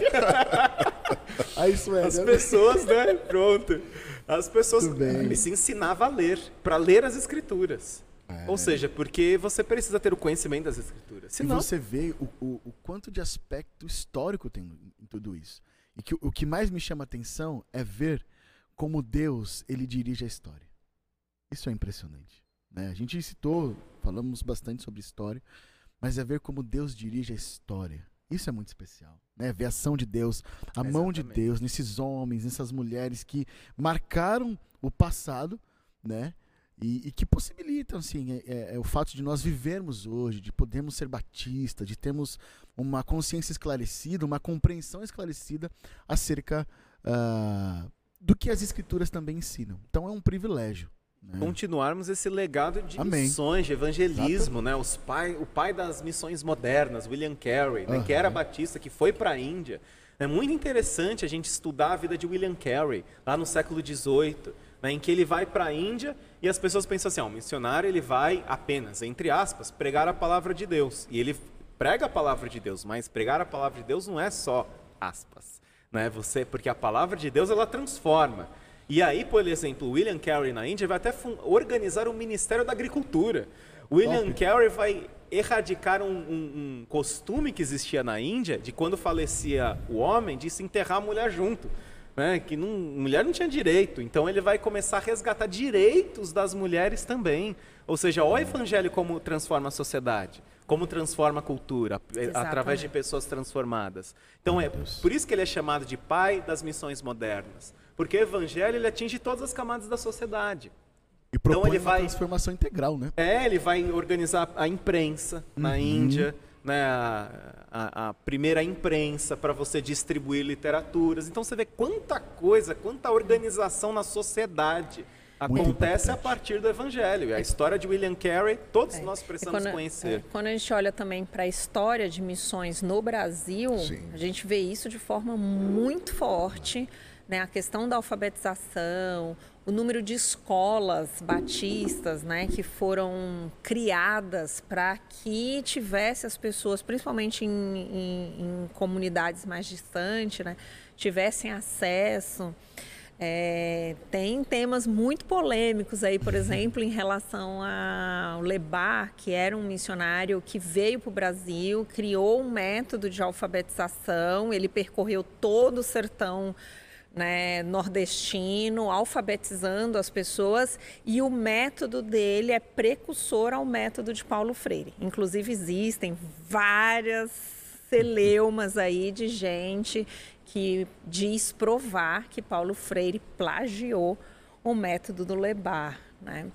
Ah, isso é.
As
né?
pessoas, né? Pronto. As pessoas...
Muito bem.
Ele se ensinava a ler, para ler as Escrituras.
É.
Ou seja, porque você precisa ter o conhecimento das Escrituras.
E
Senão...
você vê o, o, o quanto de aspecto histórico tem em tudo isso. E que o, o que mais me chama a atenção é ver como Deus, ele dirige a história. Isso é impressionante. Né? A gente citou, falamos bastante sobre história, mas é ver como Deus dirige a história. Isso é muito especial. Né? Ver a ação de Deus, a
Exatamente.
mão de Deus nesses homens, nessas mulheres que marcaram o passado, né? E, e que possibilitam assim, é, é, é o fato de nós vivermos hoje, de podermos ser batistas, de termos uma consciência esclarecida, uma compreensão esclarecida acerca uh, do que as Escrituras também ensinam. Então é um privilégio. Né?
Continuarmos esse legado de
Amém.
Missões, de evangelismo, né? Os pai, o pai das missões modernas, William Carey, né?
Uhum.
Que era batista, que foi para a Índia. É muito interessante a gente estudar a vida de William Carey, lá no século dezoito, né? Em que ele vai para a Índia e as pessoas pensam assim, ó, o missionário ele vai apenas, entre aspas, pregar a palavra de Deus. E ele prega a palavra de Deus, mas pregar a palavra de Deus não é só aspas. Né, você, porque a palavra de Deus ela transforma. E aí, por exemplo, William Carey na Índia vai até organizar o Ministério da Agricultura. William Top. Carey vai erradicar um, um, um costume que existia na Índia de quando falecia o homem de se enterrar a mulher junto. Né, que não, mulher não tinha direito. Então ele vai começar a resgatar direitos das mulheres também. Ou seja, olha o evangelho como transforma a sociedade. Como transforma a cultura, Exatamente. Através de pessoas transformadas. Então, é por isso que ele é chamado de pai das missões modernas. Porque o evangelho ele atinge todas as camadas da sociedade.
E propõe
então, ele
uma
vai,
transformação integral, né?
É, ele vai organizar a imprensa na
uhum.
Índia, né, a, a, a primeira imprensa para você distribuir literaturas. Então, você vê quanta coisa, quanta organização na sociedade acontece a partir do Evangelho. E a história de William Carey, todos é. nós precisamos
quando,
conhecer.
É, quando a gente olha também para a história de missões no Brasil,
Sim.
a gente vê isso de forma muito forte, né? A questão da alfabetização, o número de escolas batistas, né, que foram criadas para que tivesse as pessoas, principalmente em, em, em comunidades mais distantes, né, tivessem acesso. É, tem temas muito polêmicos aí, por exemplo, em relação ao Lebar, que era um missionário que veio para o Brasil, criou um método de alfabetização, ele percorreu todo o sertão, né, nordestino, alfabetizando as pessoas, e o método dele é precursor ao método de Paulo Freire. Inclusive existem várias celeumas aí de gente que diz provar que Paulo Freire plagiou o método do Lebar, né?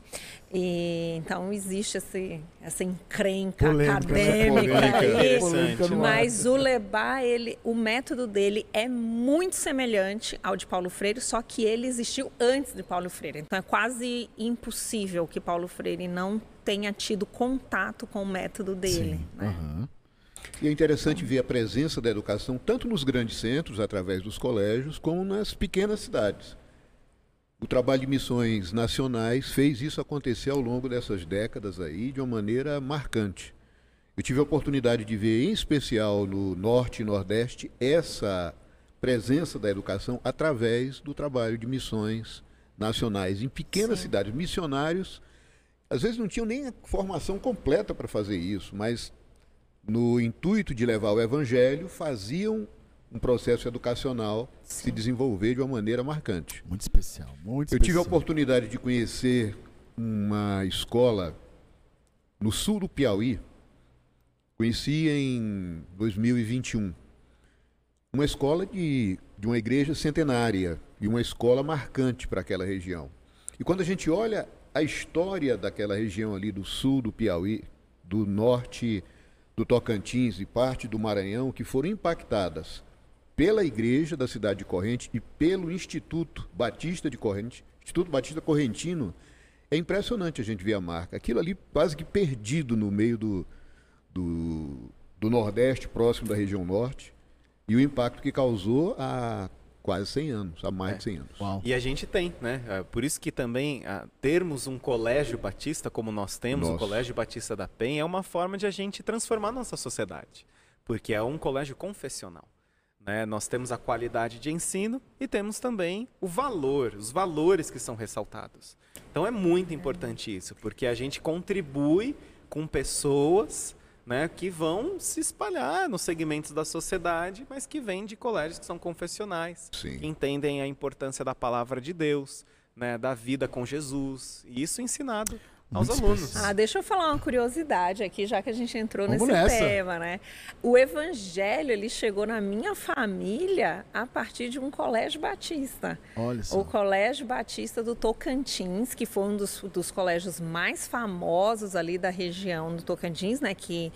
E, então existe esse, essa encrenca
polêmica,
acadêmica
né?
aí,
polêmica,
mas o Lebar, ele, o método dele é muito semelhante ao de Paulo Freire, só que ele existiu antes de Paulo Freire. Então é quase impossível que Paulo Freire não tenha tido contato com o método dele.
Sim.
Né?
Uhum.
E é interessante ver a presença da educação tanto nos grandes centros, através dos colégios, como nas pequenas cidades. O trabalho de missões nacionais fez isso acontecer ao longo dessas décadas aí de uma maneira marcante. Eu tive a oportunidade de ver, em especial no Norte e Nordeste, essa presença da educação através do trabalho de missões nacionais em pequenas Sim. cidades. Missionários, às vezes não tinham nem a formação completa para fazer isso, mas no intuito de levar o evangelho, faziam um processo educacional Sim. se desenvolver de uma maneira marcante.
Muito especial, muito
Eu
especial.
tive a oportunidade de conhecer uma escola no sul do Piauí, conheci em dois mil e vinte e um, uma escola de, de uma igreja centenária e uma escola marcante para aquela região. E quando a gente olha a história daquela região ali do sul do Piauí, do norte do Tocantins e parte do Maranhão, que foram impactadas pela igreja da cidade de Corrente e pelo Instituto Batista de Corrente, Instituto Batista Correntino, é impressionante a gente ver a marca. Aquilo ali quase que perdido no meio do, do, do Nordeste, próximo da região Norte, e o impacto que causou há quase cem anos, há mais é. de cem anos.
Uau. E a gente tem, né? Por isso que também ah, termos um colégio batista como nós temos, Nossa. o Colégio Batista da Penha, é uma forma de a gente transformar nossa sociedade, porque é um colégio confessional. Né? Nós temos a qualidade de ensino e temos também o valor, os valores que são ressaltados. Então é muito importante isso, porque a gente contribui com pessoas, né, que vão se espalhar nos segmentos da sociedade, mas que vêm de colégios que são confessionais,
Sim.
que entendem a importância da palavra de Deus, né, da vida com Jesus, e isso ensinado aos
Muito
alunos.
especial.
Ah, deixa eu falar uma curiosidade aqui, já que a gente entrou
Vamos
nesse
nessa.
tema, né? O evangelho, ele chegou na minha família a partir de um colégio batista.
Olha só.
O Colégio Batista do Tocantins, que foi um dos, dos colégios mais famosos ali da região do Tocantins, né? Que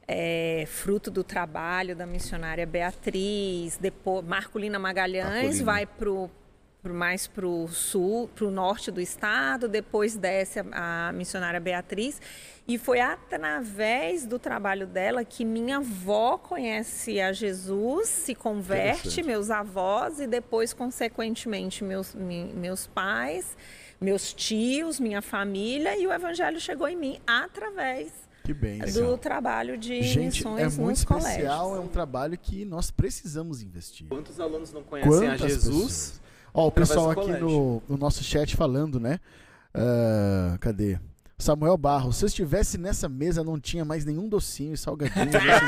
é fruto do trabalho da missionária Beatriz, depois Marcolina Magalhães,
Marcolina.
vai para o mais para o sul, para o norte do estado, depois desce a, a missionária Beatriz, e foi através do trabalho dela que minha avó conhece a Jesus, se converte, meus avós, e depois, consequentemente, meus, mi, meus pais, meus tios, minha família, e o evangelho chegou em mim através
Que bem,
do
legal.
trabalho de
Gente,
missões
é muito
nos
especial,
colégios.
é um trabalho que nós precisamos investir.
Quantos alunos não conhecem
Quantas
a Jesus?
pessoas? Ó, o pessoal
através do
aqui
colégio.
no, no nosso chat falando, né? Ah, cadê? Samuel Barros, se eu estivesse nessa mesa, não tinha mais nenhum docinho e salgadinho.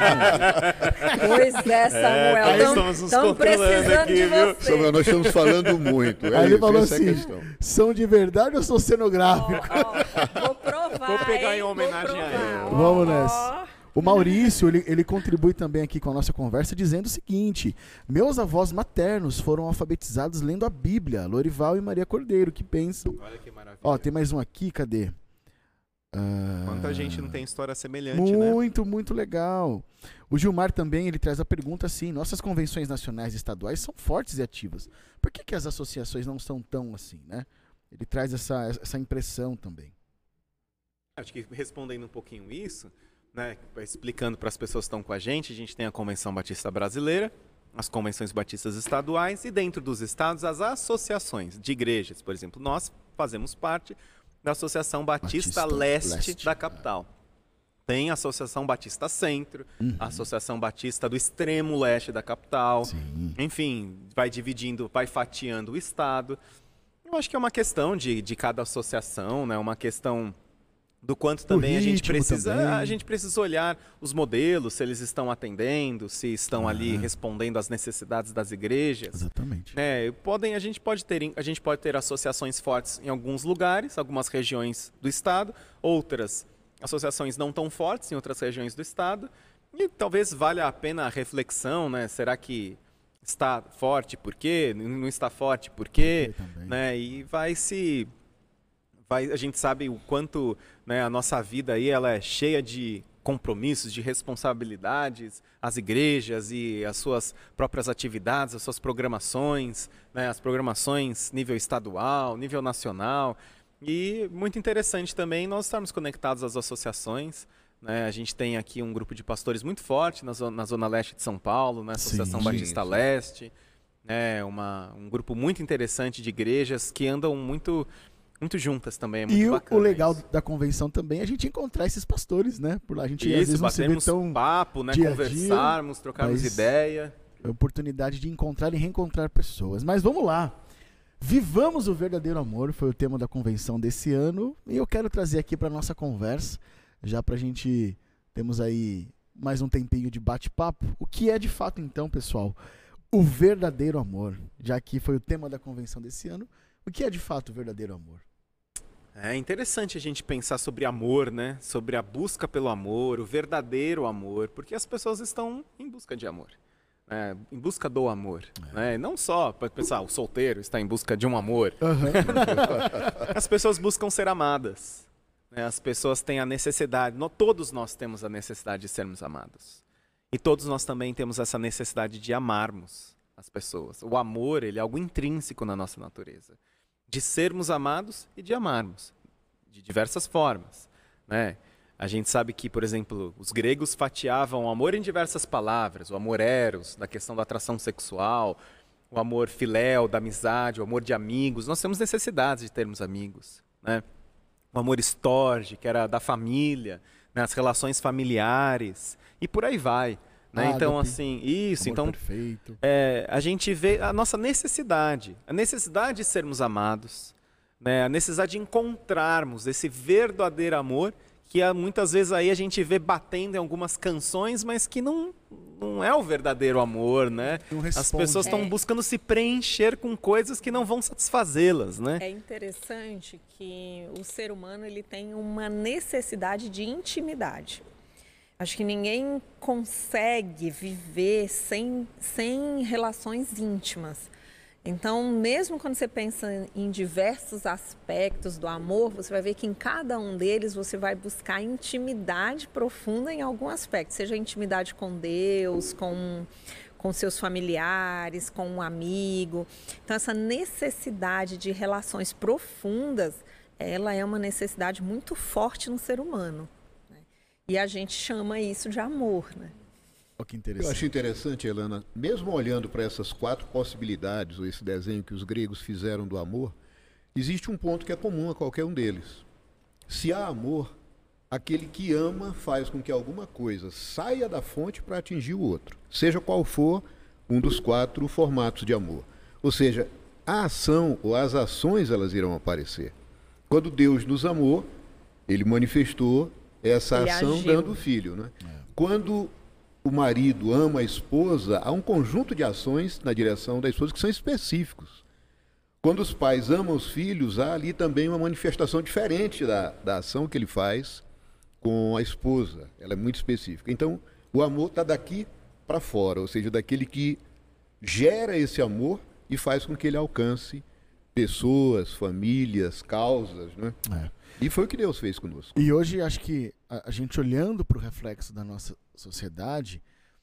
Pois é, Samuel.
É,
Estamos
estamos
precisando
aqui,
de
viu?
você.
Samuel, nós estamos falando muito. É
Aí ele
isso,
falou
essa é a
assim,
questão.
são de verdade ou são cenográficos?
Ó, ó, vou provar.
Vou pegar
hein?
em homenagem
Vou
a
provar.
ele.
Ó,
Vamos
ó.
nessa. O Maurício, ele, ele contribui também aqui com a nossa conversa, dizendo o seguinte: meus avós maternos foram alfabetizados lendo a Bíblia, Lorival e Maria Cordeiro, que pensam.
Olha que maravilha.
Ó, tem mais um aqui, cadê? Ah,
Quanta gente não tem história semelhante, né?
Muito, muito legal. O Gilmar também, ele traz a pergunta assim: nossas convenções nacionais e estaduais são fortes e ativas. Por que, que as associações não são tão assim, né? Ele traz essa, essa impressão também.
Acho que respondendo um pouquinho isso, né, explicando para as pessoas que estão com a gente, a gente tem a Convenção Batista Brasileira, as convenções batistas estaduais e dentro dos estados as associações de igrejas. Por exemplo, nós fazemos parte da Associação Batista,
Batista
Leste,
Leste,
da capital. Tem a Associação Batista Centro,
Uhum.
a Associação Batista do Extremo Leste da capital.
Sim.
Enfim, vai dividindo, vai fatiando o estado. Eu acho que é uma questão de, de cada associação, né? Uma questão do quanto também a gente
ritmo
precisa
também.
a gente precisa olhar os modelos, se eles estão atendendo, se estão
Ah.
ali respondendo às necessidades das igrejas.
Exatamente.
É, podem, a gente pode ter, a gente pode ter associações fortes em alguns lugares, algumas regiões do estado, outras associações não tão fortes em outras regiões do estado, e talvez valha a pena a reflexão, né? Será que está forte por quê? Não está forte por quê?
Por quê também.
Né? E vai se vai, a gente sabe o quanto, né, a nossa vida aí ela é cheia de compromissos, de responsabilidades, as igrejas e as suas próprias atividades, as suas programações, né, as programações nível estadual, nível nacional. E muito interessante também nós estarmos conectados às associações. Né? A gente tem aqui um grupo de pastores muito forte na zona, na zona leste de São Paulo, né? Associação
Sim,
Batista
sim.
Leste. É uma, um grupo muito interessante de igrejas que andam muito muito juntas também, é muito
E o,
bacana.
o legal
isso.
da convenção também é a gente encontrar esses pastores, né? Por lá a gente às
Isso,
vezes não se vê
batermos
tão
papo, né?
dia a dia,
Conversarmos, trocarmos
mas-
ideia.
a oportunidade de encontrar e reencontrar pessoas. Mas vamos lá. Vivamos o verdadeiro amor, foi o tema da convenção desse ano, e eu quero trazer aqui para nossa conversa, já para a gente temos aí mais um tempinho de bate-papo, o que é de fato então, pessoal, o verdadeiro amor, já que foi o tema da convenção desse ano, o que é de fato o verdadeiro amor?
É interessante a gente pensar sobre amor, né? Sobre a busca pelo amor, o verdadeiro amor, porque as pessoas estão em busca de amor. É, em busca do amor, é. né? Não só para pensar, o solteiro está em busca de um amor.
Uhum.
As pessoas buscam ser amadas, né? As pessoas têm a necessidade, no, todos nós temos a necessidade de sermos amados. E todos nós também temos essa necessidade de amarmos as pessoas. O amor, ele é algo intrínseco na nossa natureza. De sermos amados e de amarmos, de diversas formas, né? A gente sabe que, por exemplo, os gregos fatiavam o amor em diversas palavras. O amor eros, da questão da atração sexual, o amor filéu, da amizade, o amor de amigos. Nós temos necessidades de termos amigos, né? O amor storge, que era da família, né? As relações familiares, e por aí vai. Né?
Ah,
então,
ágape.
assim, isso.
Amor
Então,
perfeito.
é, a gente vê a nossa necessidade, a necessidade de sermos amados, né? A necessidade de encontrarmos esse verdadeiro amor, que há, muitas vezes aí a gente vê batendo em algumas canções, mas que não, não é o verdadeiro amor, né?
Não
As
responde.
pessoas estão
É.
buscando se preencher com coisas que não vão satisfazê-las, né?
É interessante que o ser humano ele tem uma necessidade de intimidade. Acho que ninguém consegue viver sem, sem relações íntimas. Então, mesmo quando você pensa em diversos aspectos do amor, você vai ver que em cada um deles você vai buscar intimidade profunda em algum aspecto, seja intimidade com Deus, com, com seus familiares, com um amigo. Então, essa necessidade de relações profundas, ela é uma necessidade muito forte no ser humano, né? E a gente chama isso de amor, né?
Oh, que
Eu
interessante.
acho interessante, Helena, mesmo olhando para essas quatro possibilidades, ou esse desenho que os gregos fizeram do amor, existe um ponto que é comum a qualquer um deles. Se há amor, aquele que ama faz com que alguma coisa saia da fonte para atingir o outro, seja qual for um dos quatro formatos de amor. Ou seja, a ação ou as ações elas irão aparecer. Quando Deus nos amou, ele manifestou essa
Ele
ação
agiu.
dando o filho, né? Quando o marido ama a esposa, há um conjunto de ações na direção da esposa que são específicos. Quando os pais amam os filhos, há ali também uma manifestação diferente da, da ação que ele faz com a esposa. Ela é muito específica. Então, o amor está daqui para fora, ou seja, daquele que gera esse amor e faz com que ele alcance pessoas, famílias, causas, né?
É.
E foi o que Deus fez conosco.
E hoje acho que a, a gente olhando para o reflexo da nossa sociedade,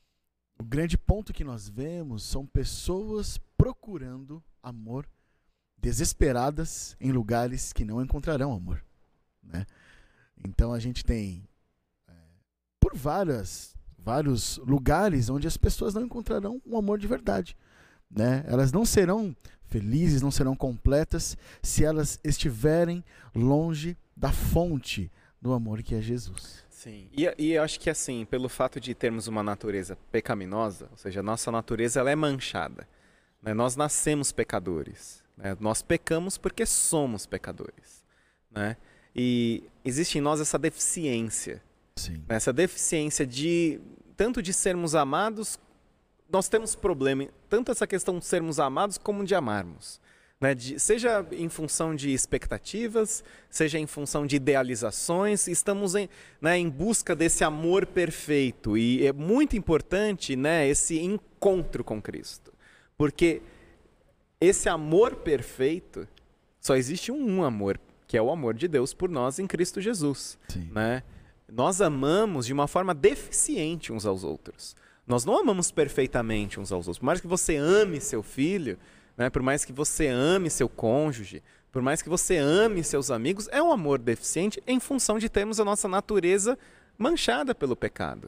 o grande ponto que nós vemos são pessoas procurando amor, desesperadas em lugares que não encontrarão amor, né? Então a gente tem é, por várias, vários lugares onde as pessoas não encontrarão um amor de verdade, né? Elas não serão felizes, não serão completas se elas estiverem longe da fonte do amor que é Jesus.
Sim, e, e eu acho que assim, pelo fato de termos uma natureza pecaminosa, ou seja, a nossa natureza ela é manchada, né? Nós nascemos pecadores, né? Nós pecamos porque somos pecadores, né? E existe em nós essa deficiência,
Sim.
né? Essa deficiência de, tanto de sermos amados, nós temos problema, tanto essa questão de sermos amados como de amarmos. Né, de, seja em função de expectativas, seja em função de idealizações, estamos em, né, em busca desse amor perfeito. E é muito importante, né, esse encontro com Cristo. Porque esse amor perfeito, só existe um, um amor, que é o amor de Deus por nós em Cristo Jesus.
Sim.
Né? Nós amamos de uma forma deficiente uns aos outros. Nós não amamos perfeitamente uns aos outros. Por mais que você ame seu filho, né, por mais que você ame seu cônjuge, por mais que você ame seus amigos, é um amor deficiente em função de termos a nossa natureza manchada pelo pecado.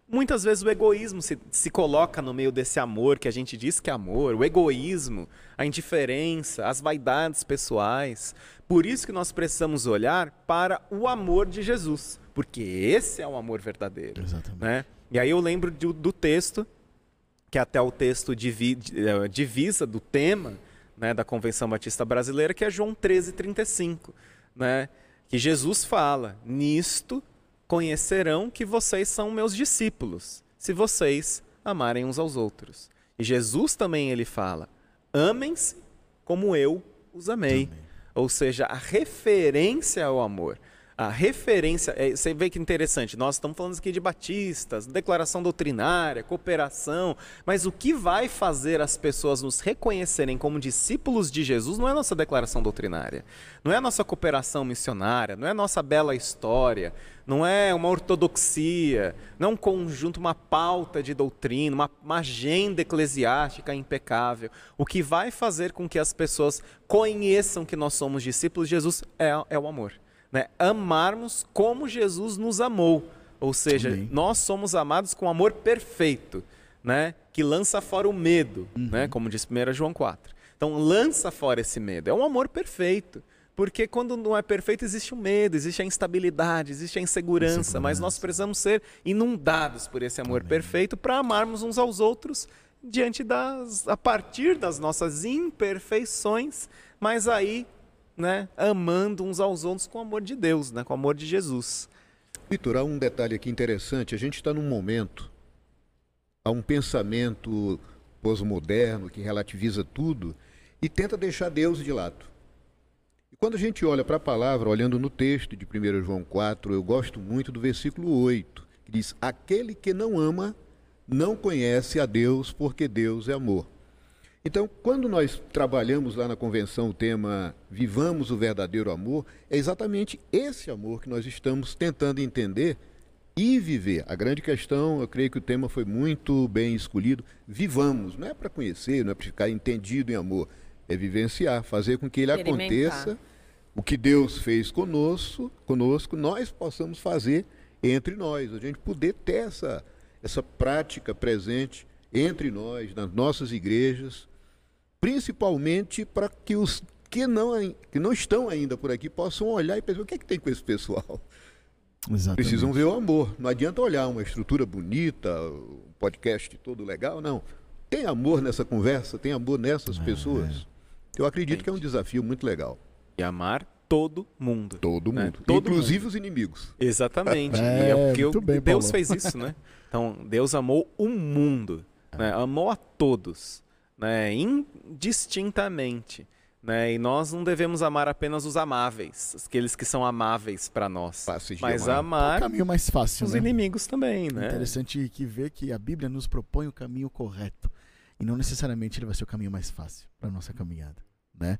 muitas vezes o egoísmo se, se coloca no meio desse amor que a gente diz que é amor, o egoísmo, a indiferença, as vaidades pessoais. Por isso que nós precisamos olhar para o amor de Jesus, porque esse é o amor verdadeiro.
Exatamente.
Né? E aí eu lembro do, do texto, que é até o texto divi, divisa do tema, né, da Convenção Batista Brasileira, que é João treze, trinta e cinco, né, que Jesus fala: nisto conhecerão que vocês são meus discípulos, se vocês amarem uns aos outros. E Jesus também ele fala: amem-se como eu os amei. Amém. Ou seja, a referência ao amor. A referência, é, você vê que interessante, nós estamos falando aqui de batistas, declaração doutrinária, cooperação, mas o que vai fazer as pessoas nos reconhecerem como discípulos de Jesus não é a nossa declaração doutrinária, não é a nossa cooperação missionária, não é a nossa bela história, não é uma ortodoxia, não é um conjunto, uma pauta de doutrina, uma, uma agenda eclesiástica impecável. O que vai fazer com que as pessoas conheçam que nós somos discípulos de Jesus é, é o amor. Né? Amarmos como Jesus nos amou, ou seja, Amém. Nós somos amados com amor perfeito, né? Que lança fora o medo, uhum. né? Como diz primeiro João quatro. Então lança fora esse medo, é um amor perfeito, porque quando não é perfeito existe o medo, existe a instabilidade, existe a insegurança, insegurança. Mas nós precisamos ser inundados por esse amor Amém. Perfeito para amarmos uns aos outros diante das, a partir das nossas imperfeições, mas aí né, amando uns aos outros com o amor de Deus, né, com o amor de Jesus.
Vitor, há um detalhe aqui interessante. A gente está num momento, há um pensamento pós-moderno que relativiza tudo e tenta deixar Deus de lado. E quando a gente olha para a palavra, olhando no texto de primeiro João quatro, eu gosto muito do versículo oito, que diz: aquele que não ama não conhece a Deus, porque Deus é amor. Então, quando nós trabalhamos lá na convenção o tema Vivamos o Verdadeiro Amor, é exatamente esse amor que nós estamos tentando entender e viver. A grande questão, eu creio que o tema foi muito bem escolhido, vivamos, não é para conhecer, não é para ficar entendido em amor, é vivenciar, fazer com que ele aconteça, o que Deus fez conosco, conosco, nós possamos fazer entre nós, a gente poder ter essa, essa prática presente entre nós, nas nossas igrejas, principalmente para que os que não, que não estão ainda por aqui possam olhar e pensar: o que é que tem com esse pessoal? Exatamente. Precisam ver o amor. Não adianta olhar uma estrutura bonita, um podcast todo legal, não. Tem amor nessa conversa, tem amor nessas é, pessoas. É. Eu acredito Gente. que é um desafio muito legal.
E amar todo mundo.
Todo
né?
mundo.
Todo
Inclusive
mundo.
Os inimigos.
Exatamente.
É,
e é porque eu,
bem,
Deus
Paulo.
fez isso, né? Então, Deus amou o mundo. Né? Amou a todos. Né, indistintamente, né, e nós não devemos amar apenas os amáveis, aqueles que são amáveis para nós,
Fácil de
mas
amar.
amar
é o caminho mais fácil,
os
né?
inimigos também, né?
Interessante que ver que a Bíblia nos propõe o caminho correto e não necessariamente ele vai ser o caminho mais fácil para nossa caminhada, né?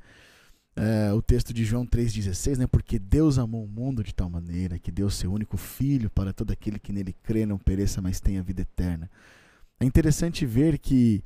É, o texto de João três dezesseis, né? Porque Deus amou o mundo de tal maneira que deu seu único filho para todo aquele que nele crê não pereça, mas tenha vida eterna. É interessante ver que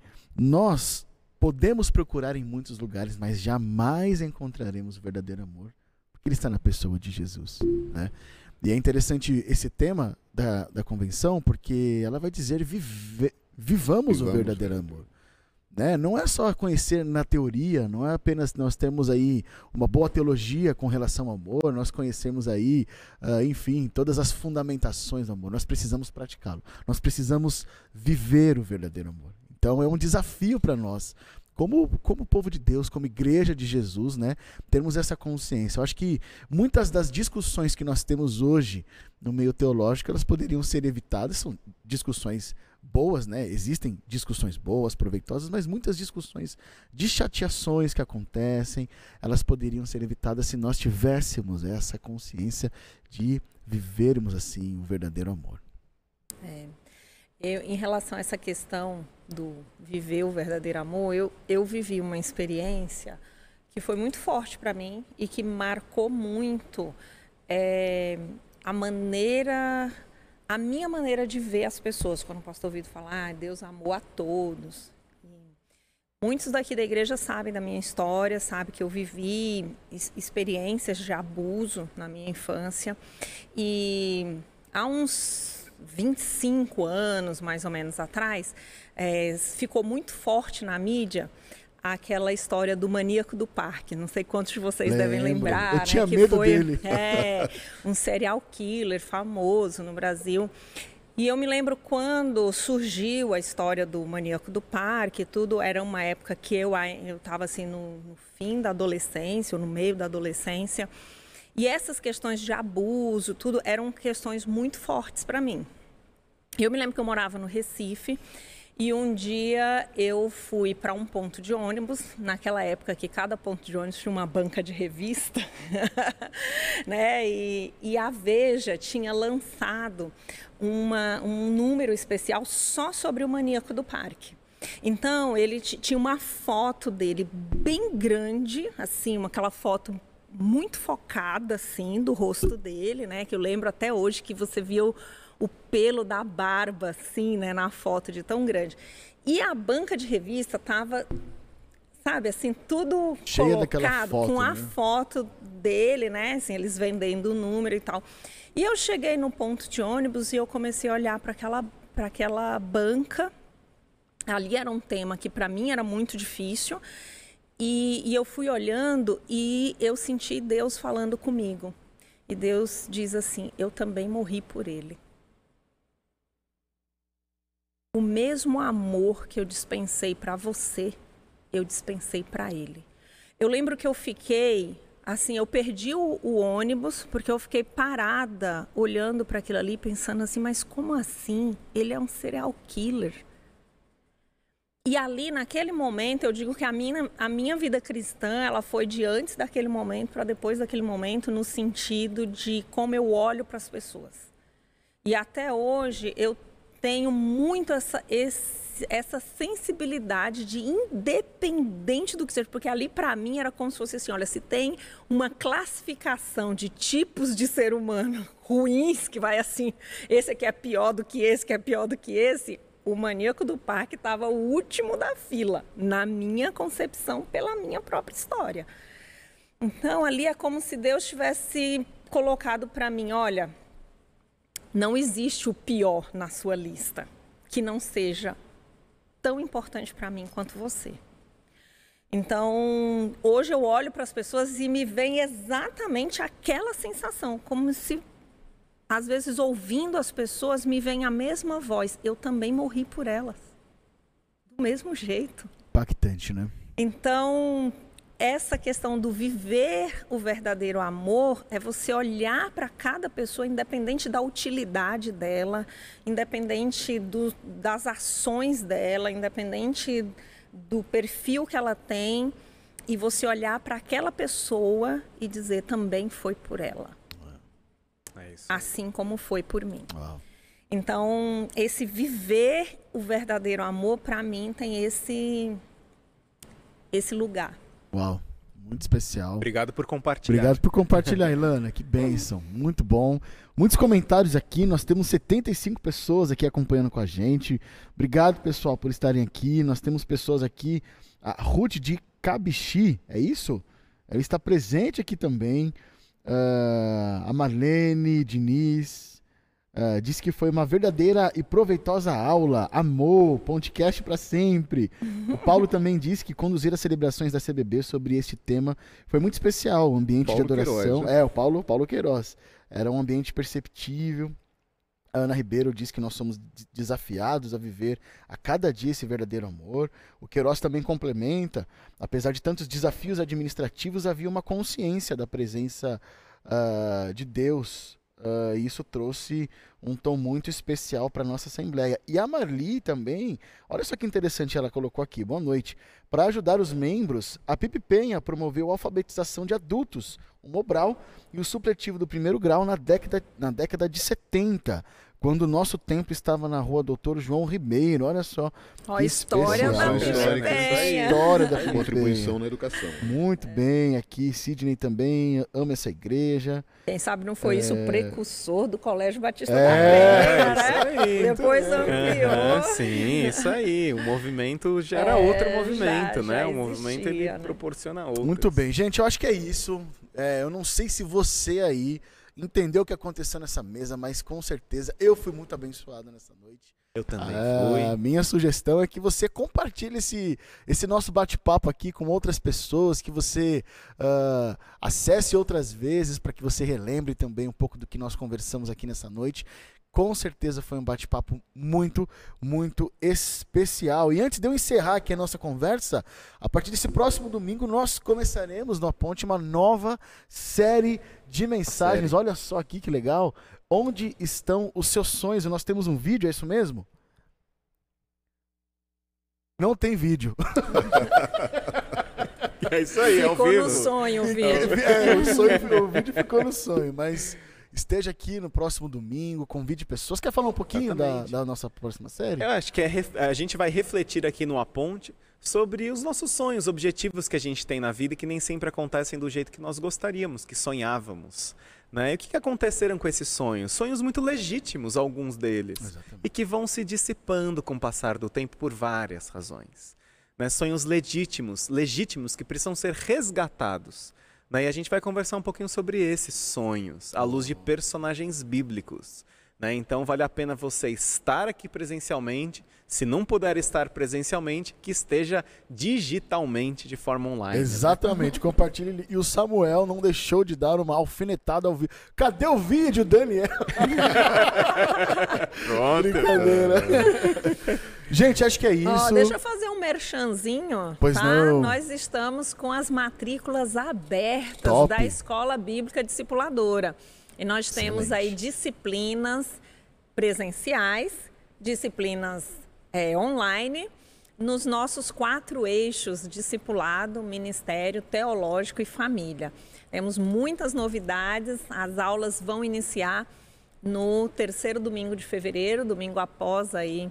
nós podemos procurar em muitos lugares, mas jamais encontraremos o verdadeiro amor, porque ele está na pessoa de Jesus, né? E é interessante esse tema da, da convenção, porque ela vai dizer vive, vivamos, vivamos o verdadeiro amor. Né? Não é só conhecer na teoria, não é apenas nós termos aí uma boa teologia com relação ao amor, nós conhecemos aí, uh, enfim, todas as fundamentações do amor, nós precisamos praticá-lo, nós precisamos viver o verdadeiro amor. Então é um desafio para nós, como, como povo de Deus, como igreja de Jesus, né, termos essa consciência. Eu acho que muitas das discussões que nós temos hoje no meio teológico, elas poderiam ser evitadas, são discussões boas, né? Existem discussões boas, proveitosas, mas muitas discussões de chateações que acontecem, elas poderiam ser evitadas se nós tivéssemos essa consciência de vivermos assim o verdadeiro amor.
É. Eu, em relação a essa questão do viver o verdadeiro amor, eu, eu vivi uma experiência que foi muito forte para mim e que marcou muito é, a maneira, a minha maneira de ver as pessoas. Quando o pastor Vitor fala, ah, Deus amou a todos. E muitos daqui da igreja sabem da minha história, sabem que eu vivi experiências de abuso na minha infância. E há uns vinte e cinco anos, mais ou menos, atrás, é, ficou muito forte na mídia aquela história do maníaco do parque. Não sei quantos de vocês
Lembro.
devem lembrar.
Eu tinha
né, que
medo
foi,
dele.
É, um serial killer famoso no Brasil. E eu me lembro quando surgiu a história do maníaco do parque, tudo era uma época que eu estava assim, no, no fim da adolescência, ou no meio da adolescência. E essas questões de abuso, tudo, eram questões muito fortes para mim. Eu me lembro que eu morava no Recife e um dia eu fui para um ponto de ônibus, naquela época que cada ponto de ônibus tinha uma banca de revista, né? E, e a Veja tinha lançado uma, um número especial só sobre o maníaco do parque. Então, ele tinha uma foto dele bem grande, assim, aquela foto muito focada, assim, do rosto dele, né? Que eu lembro até hoje que você viu o pelo da barba, assim, né? Na foto de tão grande. E a banca de revista tava, sabe, assim, tudo
cheia
colocado
foto,
com a
né?
foto dele, né? Assim, eles vendendo o número e tal. E eu cheguei no ponto de ônibus e eu comecei a olhar para aquela, para aquela banca. Ali era um tema que para mim era muito difícil. E, e eu fui olhando e eu senti Deus falando comigo. E Deus diz assim, eu também morri por ele. O mesmo amor que eu dispensei para você, eu dispensei para ele. Eu lembro que eu fiquei, assim, eu perdi o, o ônibus, porque eu fiquei parada, olhando para aquilo ali, pensando assim, mas como assim? Ele é um serial killer. E ali, naquele momento, eu digo que a minha, a minha vida cristã, ela foi de antes daquele momento para depois daquele momento, no sentido de como eu olho para as pessoas. E até hoje, eu tenho muito essa, esse, essa sensibilidade de independente do que seja, porque ali para mim era como se fosse assim, olha, se tem uma classificação de tipos de ser humano ruins, que vai assim, esse aqui é pior do que esse, que é pior do que esse, o maníaco do parque estava o último da fila, na minha concepção, pela minha própria história. Então ali é como se Deus tivesse colocado para mim, olha, não existe o pior na sua lista que não seja tão importante para mim quanto você. Então, hoje eu olho para as pessoas e me vem exatamente aquela sensação, como se, às vezes, ouvindo as pessoas, me vem a mesma voz. Eu também morri por elas. Do mesmo jeito.
Impactante, né?
Então, essa questão do viver o verdadeiro amor é você olhar para cada pessoa, independente da utilidade dela, independente do, das ações dela, independente do perfil que ela tem, e você olhar para aquela pessoa e dizer, também foi por ela.
É isso.
Assim como foi por mim.
Uau.
Então, esse viver o verdadeiro amor, para mim, tem esse, esse lugar.
Uau, muito especial.
Obrigado por compartilhar.
Obrigado por compartilhar, Ilana. Que bênção. Muito bom. Muitos comentários aqui. Nós temos setenta e cinco pessoas aqui acompanhando com a gente. Obrigado, pessoal, por estarem aqui. Nós temos pessoas aqui. A Ruth de Cabixi, é isso? Ela está presente aqui também. Uh, a Marlene Diniz. Uh, disse que foi uma verdadeira e proveitosa aula, amou, podcast para sempre. O Paulo também disse que conduzir as celebrações da C B B sobre este tema foi muito especial, o ambiente
Paulo
de adoração.
Queiroz, né?
É, o Paulo, Paulo Queiroz. Era um ambiente perceptível. A Ana Ribeiro diz que nós somos desafiados a viver a cada dia esse verdadeiro amor. O Queiroz também complementa, apesar de tantos desafios administrativos, havia uma consciência da presença uh, de Deus. Uh, isso trouxe um tom muito especial para a nossa Assembleia. E a Marli também, olha só que interessante ela colocou aqui, boa noite. Para ajudar os membros, a Pipe Penha promoveu a alfabetização de adultos, o Mobral e o supletivo do primeiro grau na década, na década de setenta, quando o nosso templo estava na rua Doutor João Ribeiro. Olha só.
Ó, a história da
Pipe Penha.
História da Pipe
Contribuição
Penha.
na educação.
Muito bem, aqui Sidney também ama essa igreja.
Quem sabe não foi isso o precursor do Colégio Batista
É,
da Penha, né?
isso aí.
Depois ampliou.
Aham, sim, isso aí. O movimento gera
É,
outro movimento,
já-
né?
já
O movimento ele
existia, né?
proporciona outro.
Muito bem, gente, eu acho que é isso. É, eu não sei se você aí entender o que aconteceu nessa mesa, mas com certeza eu fui muito abençoado nessa noite.
Eu também
Ah,
fui.
A minha sugestão é que você compartilhe esse, esse nosso bate-papo aqui com outras pessoas, que você ah, acesse outras vezes para que você relembre também um pouco do que nós conversamos aqui nessa noite. Com certeza foi um bate-papo muito, muito especial. E antes de eu encerrar aqui a nossa conversa, a partir desse próximo domingo nós começaremos no A Ponte uma nova série de mensagens.
Série.
Olha só aqui que legal. Onde estão os seus sonhos? Nós temos um vídeo, é isso mesmo? Não tem vídeo.
É isso aí, ao
Ficou
vivo.
no sonho o vídeo.
É, o, sonho, o vídeo ficou no sonho, mas esteja aqui no próximo domingo, convide pessoas. Quer falar um pouquinho da,
Exatamente.
da nossa próxima série?
Eu acho que é, ref- a gente vai refletir aqui no A Ponte sobre os nossos sonhos, objetivos que a gente tem na vida e que nem sempre acontecem do jeito que nós gostaríamos, que sonhávamos. Né? E o que, que aconteceram com esses sonhos? Sonhos muito legítimos, alguns deles.
Exatamente.
E que vão se dissipando com o passar do tempo por várias razões. Né? Sonhos legítimos, legítimos que precisam ser resgatados. Né? E a gente vai conversar um pouquinho sobre esses sonhos, à luz de personagens bíblicos. Né? Então vale a pena você estar aqui presencialmente, se não puder estar presencialmente, que esteja digitalmente de forma online. né?
Exatamente, compartilhe. E o Samuel não deixou de dar uma alfinetada ao vídeo. Cadê o vídeo, Daniel?
Pronto.
Brincadeira. Gente, acho que é isso.
Ó, deixa eu fazer um merchanzinho,
Pois
tá?
não.
Nós estamos com as matrículas abertas
Top.
da Escola Bíblica Discipuladora. E nós temos
Excelente.
aí disciplinas presenciais, disciplinas é, online, nos nossos quatro eixos: discipulado, ministério, teológico e família. Temos muitas novidades, as aulas vão iniciar no terceiro domingo de fevereiro, domingo após aí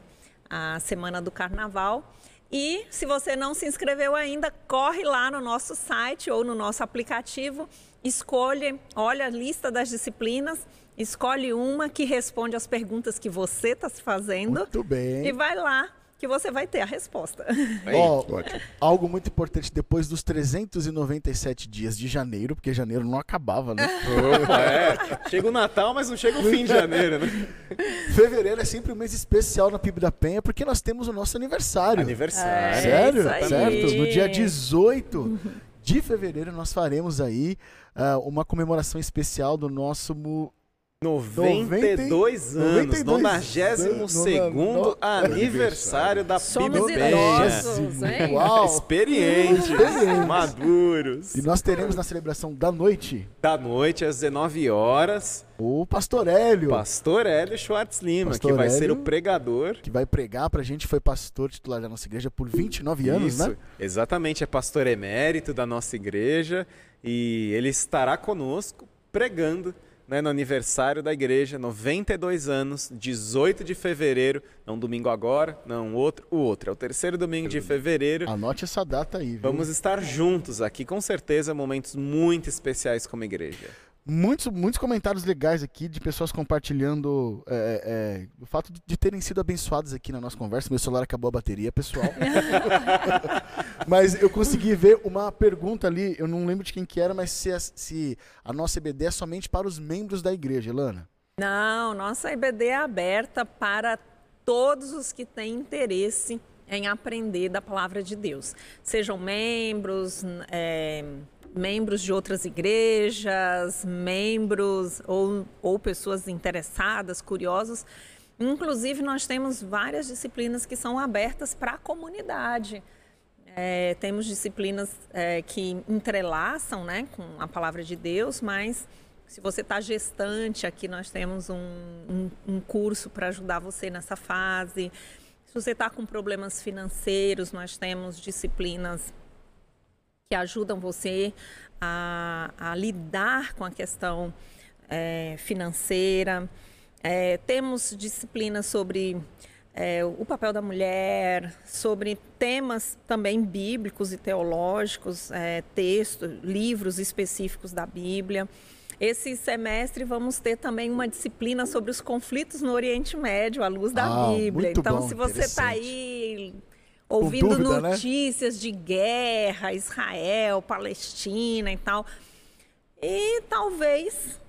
a semana do carnaval. E se você não se inscreveu ainda, corre lá no nosso site ou no nosso aplicativo, escolhe, olha a lista das disciplinas, escolhe uma que responde às perguntas que você está se fazendo
Muito bem.
e vai lá que você vai ter a resposta.
Aí,
Ó,
ótimo.
algo muito importante, depois dos trezentos e noventa e sete dias de janeiro, porque janeiro não acabava, né?
Opa, é. Chega o Natal, mas não chega o fim de janeiro, né?
Fevereiro é sempre um mês especial na P I B da Penha, porque nós temos o nosso aniversário.
Aniversário.
É,
Sério?
isso aí.
Certo? No dia dezoito de fevereiro nós faremos aí ah, uma comemoração especial do nosso mu-
noventa e dois anos,
noventa e dois
nonagésimo segundo
anos.
aniversário da
Somos
P I B Penha.
idosos, hein?
Uau!
Experientes,
Experientes.
maduros.
E nós teremos na celebração da noite
Da noite às dezenove horas,
o Pastor Hélio,
Pastor Hélio Schwartz Lima,
Pastor
que vai ser
Hélio.
o pregador.
que vai pregar pra gente, foi pastor titular da nossa igreja por vinte e nove anos,
Isso,
né?
exatamente, é pastor emérito da nossa igreja e ele estará conosco pregando, né, no aniversário da igreja, noventa e dois anos, dezoito de fevereiro, não domingo agora, não outro, o outro, é o terceiro domingo de fevereiro.
Anote essa data aí, viu?
Vamos estar juntos aqui, com certeza, momentos muito especiais como igreja.
Muitos, muitos comentários legais aqui de pessoas compartilhando é, é, o fato de, de terem sido abençoadas aqui na nossa conversa. Meu celular acabou a bateria, pessoal. Mas eu consegui ver uma pergunta ali, eu não lembro de quem que era, mas se a, se a nossa E B D é somente para os membros da igreja, Elana.
Não, nossa I B D é aberta para todos os que têm interesse em aprender da palavra de Deus. Sejam membros, é, membros de outras igrejas, membros ou, ou pessoas interessadas, curiosas. Inclusive, nós temos várias disciplinas que são abertas para a comunidade. É, temos disciplinas é, que entrelaçam, né, com a palavra de Deus, mas se você está gestante, aqui nós temos um, um, um curso para ajudar você nessa fase. Se você está com problemas financeiros, nós temos disciplinas que ajudam você a, a lidar com a questão é, financeira. É, temos disciplinas sobre é, o papel da mulher, sobre temas também bíblicos e teológicos, é, textos, livros específicos da Bíblia. Esse semestre vamos ter também uma disciplina sobre os conflitos no Oriente Médio, à luz da
Ah,
Bíblia.
muito
Então,
bom,
se você está
interessante.
aí ouvindo
dúvida, né?
notícias de guerra, Israel, Palestina e tal, e talvez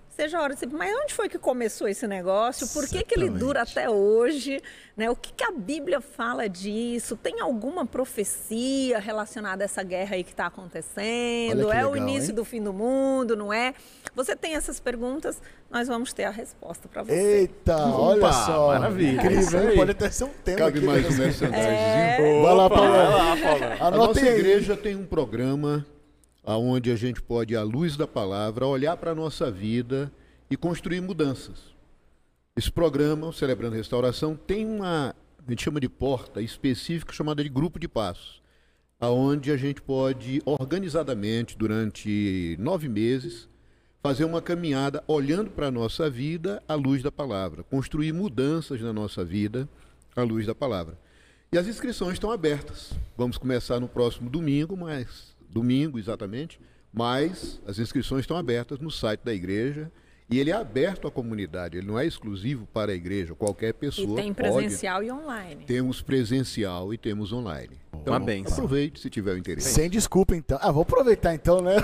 seja a hora de... Mas onde foi que começou esse negócio? Por que, que ele dura até hoje? Né? O que, que a Bíblia fala disso? Tem alguma profecia relacionada a essa guerra aí que está acontecendo?
Olha que
é
legal,
o início
hein?
do fim do mundo, não é? Você tem essas perguntas, nós vamos ter a resposta para você.
Eita, olha só.
Maravilha.
Incrível,
Isso
hein?
aí.
Pode até ser um tema
Cabe
aqui.
mais um
né?
merchandisezinho.
Vai lá,
Opa,
Paulo.
vai lá, Paulo.
A nossa
Anotem aí.
igreja tem um programa onde a gente pode, à luz da palavra, olhar para a nossa vida e construir mudanças. Esse programa, o Celebrando Restauração, tem uma, a gente chama de porta específica chamada de grupo de passos, aonde a gente pode, organizadamente, durante nove meses, fazer uma caminhada olhando para a nossa vida à luz da palavra, construir mudanças na nossa vida à luz da palavra. E as inscrições estão abertas. Vamos começar no próximo domingo, mas domingo exatamente, mas as inscrições estão abertas no site da igreja e ele é aberto à comunidade, ele não é exclusivo para a igreja, qualquer pessoa
E tem presencial pode. E online.
Temos presencial e temos online. Então,
Uma benção.
aproveite se tiver o interesse.
Sem desculpa, então. Ah, vou aproveitar então, né?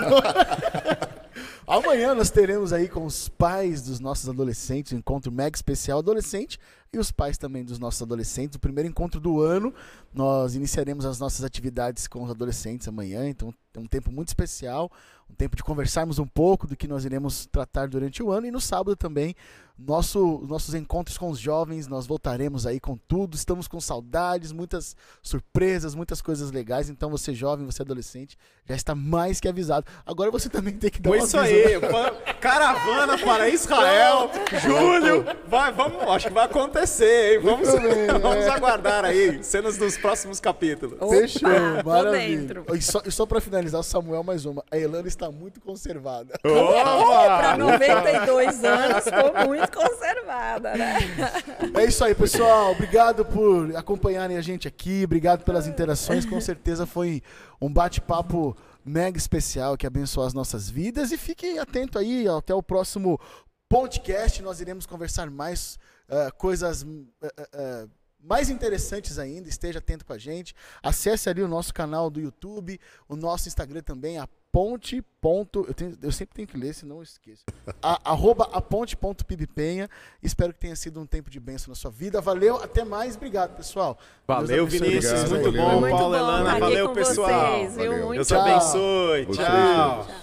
Amanhã nós teremos aí com os pais dos nossos adolescentes, um encontro mega especial adolescente e os pais também dos nossos adolescentes. O primeiro encontro do ano, nós iniciaremos as nossas atividades com os adolescentes amanhã, então é um tempo muito especial, um tempo de conversarmos um pouco do que nós iremos tratar durante o ano e no sábado também, nosso, nossos encontros com os jovens, nós voltaremos aí com tudo, estamos com saudades, muitas surpresas, muitas coisas legais, então você jovem, você adolescente, já está mais que avisado. Agora você também tem que dar uma
Isso aí, caravana para Israel, Júlio, vai, vamos, acho que vai acontecer, hein? Vamos,
bem,
vamos
é.
aguardar aí, cenas dos próximos capítulos.
Opa,
Fechou,
tô
maravilha.
dentro.
E só, e só para finalizar, o Samuel mais uma. A Elana está muito conservada.
Para noventa e dois anos, ficou muito conservada, né?
É isso aí, pessoal. Obrigado por acompanharem a gente aqui. Obrigado pelas interações. Com certeza foi um bate-papo mega especial que abençoou as nossas vidas. E fiquem atentos aí até o próximo podcast. Nós iremos conversar mais uh, coisas uh, uh, mais interessantes ainda. Esteja atento com a gente. Acesse ali o nosso canal do YouTube, o nosso Instagram também, a ponte. Ponto, eu, tenho, eu sempre tenho que ler, senão eu esqueço. A, arroba a ponte ponto pibipenha. Espero que tenha sido um tempo de bênção na sua vida. Valeu, até mais. Obrigado, pessoal.
Valeu,
Deus abençoe
Vinícius.
vocês
muito
aí.
bom,
Muito
Paulo,
bom
Elana.
estar aqui
Valeu,
com
pessoal.
vocês, viu?
Valeu.
Muito
Deus
Tchau.
abençoe.
Vocês.
Tchau.